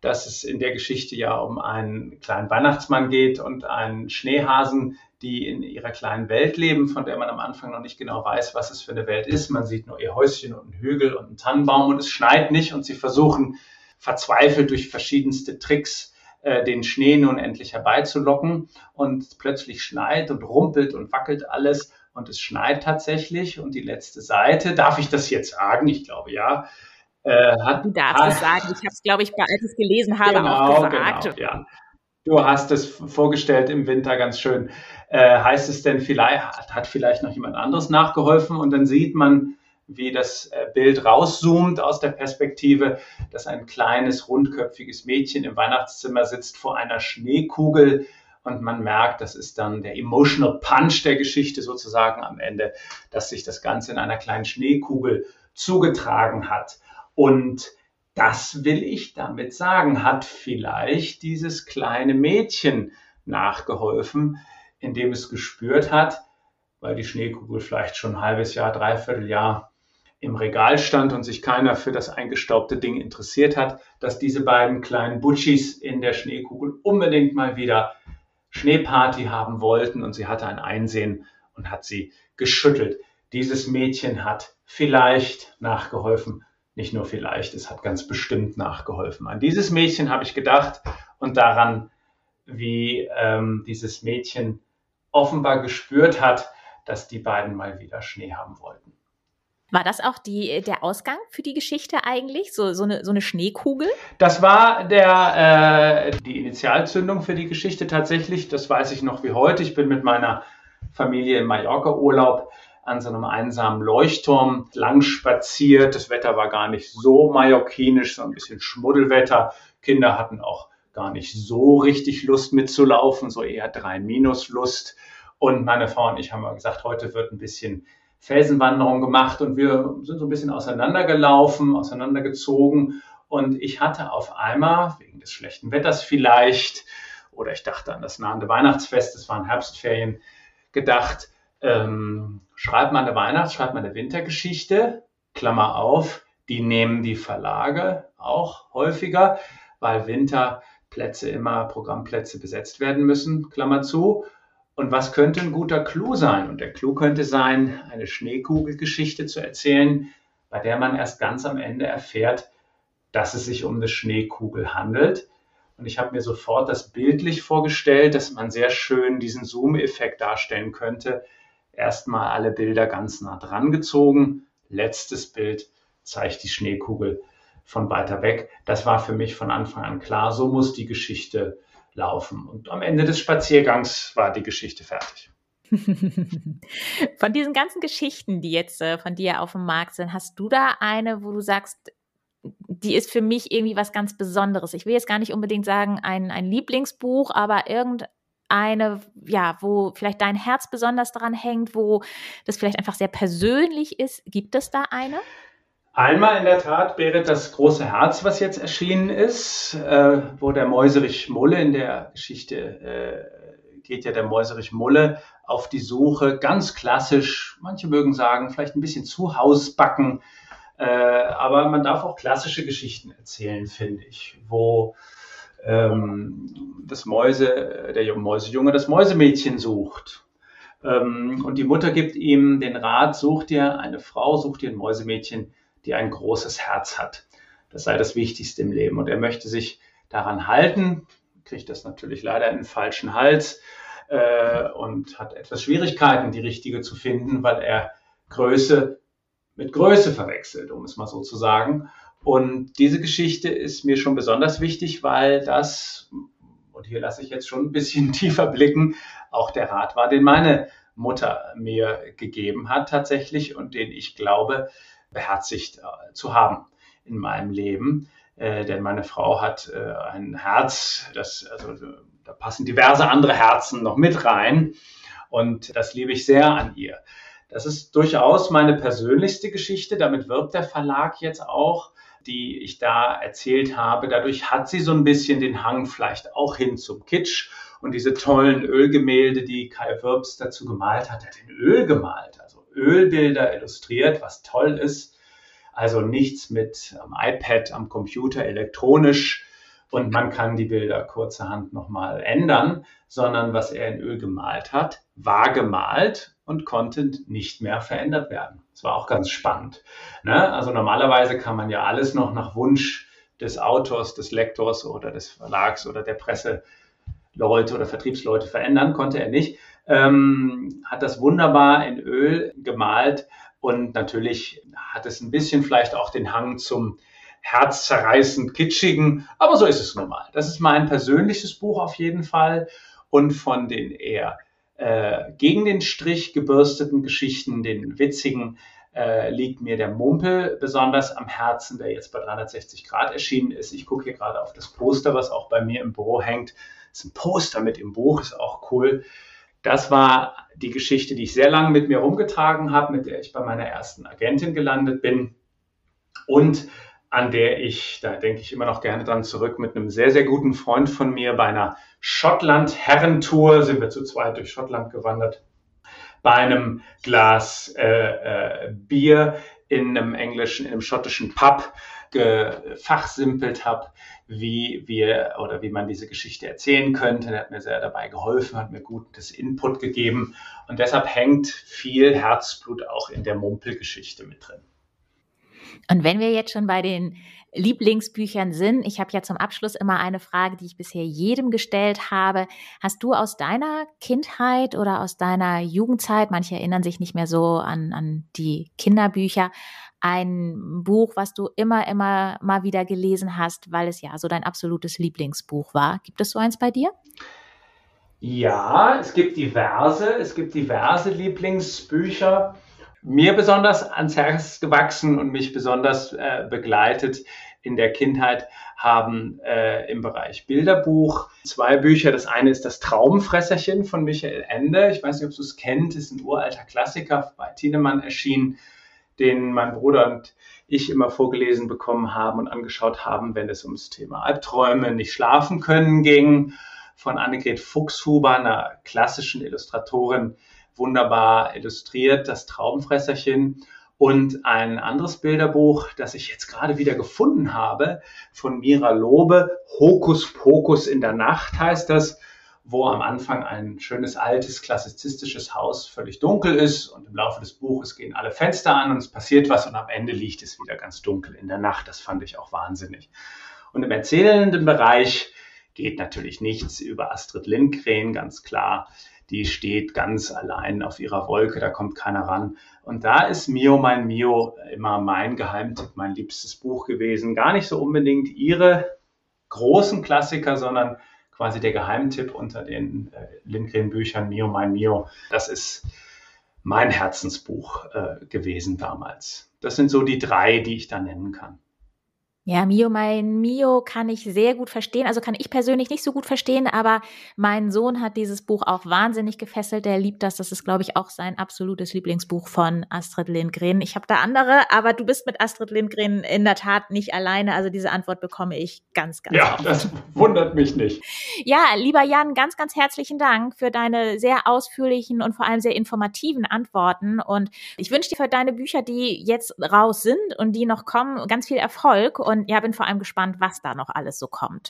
dass es in der Geschichte ja um einen kleinen Weihnachtsmann geht und einen Schneehasen, die in ihrer kleinen Welt leben, von der man am Anfang noch nicht genau weiß, was es für eine Welt ist. Man sieht nur ihr Häuschen und einen Hügel und einen Tannenbaum und es schneit nicht und sie versuchen verzweifelt durch verschiedenste Tricks den Schnee nun endlich herbeizulocken und plötzlich schneit und rumpelt und wackelt alles und es schneit tatsächlich und die letzte Seite, darf ich das jetzt sagen? Ich glaube ja. Äh, hat, du darfst hat, es sagen, ich habe es, glaube ich, als ich es gelesen habe, genau, auch gesagt. Genau, ja. Du hast es vorgestellt im Winter ganz schön. Äh, heißt es denn vielleicht, hat, hat vielleicht noch jemand anderes nachgeholfen und dann sieht man, wie das Bild rauszoomt aus der Perspektive, dass ein kleines, rundköpfiges Mädchen im Weihnachtszimmer sitzt vor einer Schneekugel und man merkt, das ist dann der emotional punch der Geschichte sozusagen am Ende, dass sich das Ganze in einer kleinen Schneekugel zugetragen hat. Und das will ich damit sagen, hat vielleicht dieses kleine Mädchen nachgeholfen, indem es gespürt hat, weil die Schneekugel vielleicht schon ein halbes Jahr, dreiviertel Jahr im Regal stand und sich keiner für das eingestaubte Ding interessiert hat, dass diese beiden kleinen Butchis in der Schneekugel unbedingt mal wieder Schneeparty haben wollten und sie hatte ein Einsehen und hat sie geschüttelt. Dieses Mädchen hat vielleicht nachgeholfen, nicht nur vielleicht, es hat ganz bestimmt nachgeholfen. An dieses Mädchen habe ich gedacht und daran, wie ähm, dieses Mädchen offenbar gespürt hat, dass die beiden mal wieder Schnee haben wollten. War das auch die, der Ausgang für die Geschichte eigentlich? So, so, eine, so eine Schneekugel? Das war der, äh, die Initialzündung für die Geschichte tatsächlich. Das weiß ich noch wie heute. Ich bin mit meiner Familie im Mallorca-Urlaub an so einem einsamen Leuchtturm lang spaziert. Das Wetter war gar nicht so mallorquinisch, so ein bisschen Schmuddelwetter. Kinder hatten auch gar nicht so richtig Lust mitzulaufen, so eher drei Minus Lust. Und meine Frau und ich haben mal gesagt, heute wird ein bisschen Felsenwanderung gemacht und wir sind so ein bisschen auseinandergelaufen, auseinandergezogen und ich hatte auf einmal, wegen des schlechten Wetters vielleicht, oder ich dachte an das nahende Weihnachtsfest, es waren Herbstferien, gedacht, ähm, schreib mal eine Weihnachts-, schreib mal eine Wintergeschichte, Klammer auf, die nehmen die Verlage auch häufiger, weil Winterplätze immer, Programmplätze besetzt werden müssen, Klammer zu. Und was könnte ein guter Clou sein? Und der Clou könnte sein, eine Schneekugelgeschichte zu erzählen, bei der man erst ganz am Ende erfährt, dass es sich um eine Schneekugel handelt. Und ich habe mir sofort das bildlich vorgestellt, dass man sehr schön diesen Zoom-Effekt darstellen könnte. Erstmal alle Bilder ganz nah dran gezogen. Letztes Bild zeigt die Schneekugel von weiter weg. Das war für mich von Anfang an klar. So muss die Geschichte laufen. Und am Ende des Spaziergangs war die Geschichte fertig. Von diesen ganzen Geschichten, die jetzt äh, von dir auf dem Markt sind, hast du da eine, wo du sagst, die ist für mich irgendwie was ganz Besonderes? Ich will jetzt gar nicht unbedingt sagen, ein, ein Lieblingsbuch, aber irgendeine, ja, wo vielleicht dein Herz besonders dran hängt, wo das vielleicht einfach sehr persönlich ist. Gibt es da eine? Einmal in der Tat, Berit, das große Herz, was jetzt erschienen ist, äh, wo der Mäuserich Mulle in der Geschichte äh, geht ja der Mäuserich Mulle auf die Suche, ganz klassisch, manche mögen sagen, vielleicht ein bisschen zu Hausbacken, äh, aber man darf auch klassische Geschichten erzählen, finde ich, wo ähm, das Mäuse, der Mäusejunge das Mäusemädchen sucht. Ähm, und die Mutter gibt ihm den Rat, such dir eine Frau, such dir ein Mäusemädchen, die ein großes Herz hat. Das sei das Wichtigste im Leben. Und er möchte sich daran halten, kriegt das natürlich leider in den falschen Hals äh, und hat etwas Schwierigkeiten, die richtige zu finden, weil er Größe mit Größe verwechselt, um es mal so zu sagen. Und diese Geschichte ist mir schon besonders wichtig, weil das, und hier lasse ich jetzt schon ein bisschen tiefer blicken, auch der Rat war, den meine Mutter mir gegeben hat tatsächlich und den ich glaube, beherzigt äh, zu haben in meinem Leben. Äh, denn meine Frau hat äh, ein Herz, das, also, da passen diverse andere Herzen noch mit rein. Und das liebe ich sehr an ihr. Das ist durchaus meine persönlichste Geschichte. Damit wirbt der Verlag jetzt auch, die ich da erzählt habe. Dadurch hat sie so ein bisschen den Hang vielleicht auch hin zum Kitsch. Und diese tollen Ölgemälde, die Kai Wirps dazu gemalt hat, er hat in Öl gemalt. Also Ölbilder illustriert, was toll ist. Also nichts mit am iPad, am Computer, elektronisch. und man kann die Bilder kurzerhand nochmal ändern, sondern was er in Öl gemalt hat, war gemalt und konnte nicht mehr verändert werden. Das war auch ganz spannend. Ne? Also normalerweise kann man ja alles noch nach Wunsch des Autors, des Lektors oder des Verlags oder der Presseleute oder Vertriebsleute verändern, konnte er nicht. Ähm, hat das wunderbar in Öl gemalt und natürlich hat es ein bisschen vielleicht auch den Hang zum herzzerreißend kitschigen, aber so ist es nun mal. Das ist mein persönliches Buch auf jeden Fall und von den eher äh, gegen den Strich gebürsteten Geschichten, den witzigen, äh, liegt mir der Mumpel besonders am Herzen, der jetzt bei dreihundertsechzig Grad erschienen ist. Ich gucke hier gerade auf das Poster, was auch bei mir im Büro hängt. Das ist ein Poster mit im Buch, ist auch cool. Das war die Geschichte, die ich sehr lange mit mir rumgetragen habe, mit der ich bei meiner ersten Agentin gelandet bin und an der ich, da denke ich immer noch gerne dran zurück, mit einem sehr, sehr guten Freund von mir bei einer Schottland-Herrentour, sind wir zu zweit durch Schottland gewandert, bei einem Glas äh, äh, Bier in einem englischen, in einem schottischen Pub gefachsimpelt habe, wie wir oder wie man diese Geschichte erzählen könnte. Der hat mir sehr dabei geholfen, hat mir gutes Input gegeben und deshalb hängt viel Herzblut auch in der Mumpelgeschichte mit drin. Und wenn wir jetzt schon bei den Lieblingsbüchern sind, ich habe ja zum Abschluss immer eine Frage, die ich bisher jedem gestellt habe. Hast du aus deiner Kindheit oder aus deiner Jugendzeit, manche erinnern sich nicht mehr so an, an die Kinderbücher, ein Buch, was du immer, immer mal wieder gelesen hast, weil es ja so dein absolutes Lieblingsbuch war? Gibt es so eins bei dir? Ja, es gibt diverse, es gibt diverse Lieblingsbücher. Mir besonders ans Herz gewachsen und mich besonders äh, begleitet in der Kindheit haben äh, im Bereich Bilderbuch zwei Bücher. Das eine ist das Traumfresserchen von Michael Ende. Ich weiß nicht, ob du es kennst, ist ein uralter Klassiker, bei Thienemann erschienen, den mein Bruder und ich immer vorgelesen bekommen haben und angeschaut haben, wenn es ums Thema Albträume, nicht schlafen können ging, von Annegret Fuchshuber, einer klassischen Illustratorin, wunderbar illustriert, das Traumfresserchen. Und ein anderes Bilderbuch, das ich jetzt gerade wieder gefunden habe, von Mira Lobe, Hokus Pokus in der Nacht heißt das, wo am Anfang ein schönes, altes, klassizistisches Haus völlig dunkel ist und im Laufe des Buches gehen alle Fenster an und es passiert was und am Ende liegt es wieder ganz dunkel in der Nacht. Das fand ich auch wahnsinnig. Und im erzählenden Bereich geht natürlich nichts über Astrid Lindgren, ganz klar. Die steht ganz allein auf ihrer Wolke, da kommt keiner ran. Und da ist Mio, mein Mio immer mein Geheimtipp, mein liebstes Buch gewesen. Gar nicht so unbedingt ihre großen Klassiker, sondern quasi der Geheimtipp unter den äh, Lindgren-Büchern, Mio, mein Mio. Das ist mein Herzensbuch äh, gewesen damals. Das sind so die drei, die ich da nennen kann. Ja, Mio, mein Mio kann ich sehr gut verstehen. Also kann ich persönlich nicht so gut verstehen, aber mein Sohn hat dieses Buch auch wahnsinnig gefesselt. Der liebt das. Das ist, glaube ich, auch sein absolutes Lieblingsbuch von Astrid Lindgren. Ich habe da andere, aber du bist mit Astrid Lindgren in der Tat nicht alleine. Also diese Antwort bekomme ich ganz, ganz Ja, oft. Das wundert mich nicht. Ja, lieber Jan, ganz, ganz herzlichen Dank für deine sehr ausführlichen und vor allem sehr informativen Antworten. Und ich wünsche dir für deine Bücher, die jetzt raus sind und die noch kommen, ganz viel Erfolg. Und Und ja, bin vor allem gespannt, was da noch alles so kommt.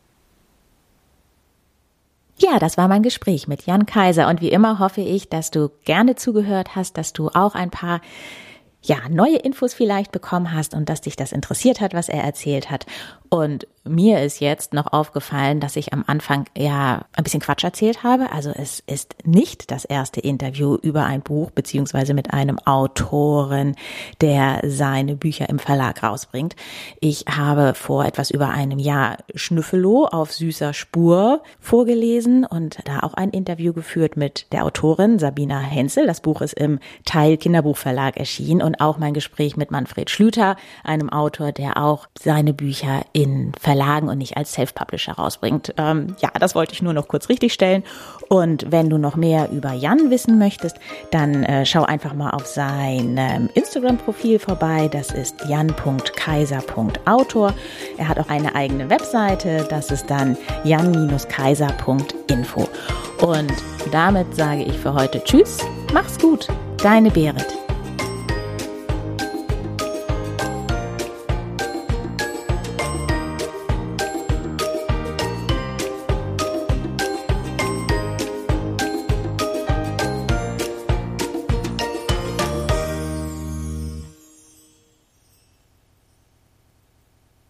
Ja, das war mein Gespräch mit Jan Kaiser. Und wie immer hoffe ich, dass du gerne zugehört hast, dass du auch ein paar ja, neue Infos vielleicht bekommen hast und dass dich das interessiert hat, was er erzählt hat. Und mir ist jetzt noch aufgefallen, dass ich am Anfang ja ein bisschen Quatsch erzählt habe. Also es ist nicht das erste Interview über ein Buch beziehungsweise mit einem Autoren, der seine Bücher im Verlag rausbringt. Ich habe vor etwas über einem Jahr Schnüffeloh auf süßer Spur vorgelesen und da auch ein Interview geführt mit der Autorin Sabina Henzel. Das Buch ist im Teil Kinderbuchverlag erschienen und auch mein Gespräch mit Manfred Schlüter, einem Autor, der auch seine Bücher in Verlagen und nicht als Self-Publisher rausbringt. Ähm, ja, das wollte ich nur noch kurz richtigstellen. Und wenn du noch mehr über Jan wissen möchtest, dann äh, schau einfach mal auf seinem Instagram-Profil vorbei. Das ist jan punkt kaiser punkt autor. Er hat auch eine eigene Webseite. Das ist dann jan Bindestrich kaiser punkt info. Und damit sage ich für heute Tschüss, mach's gut, deine Berit.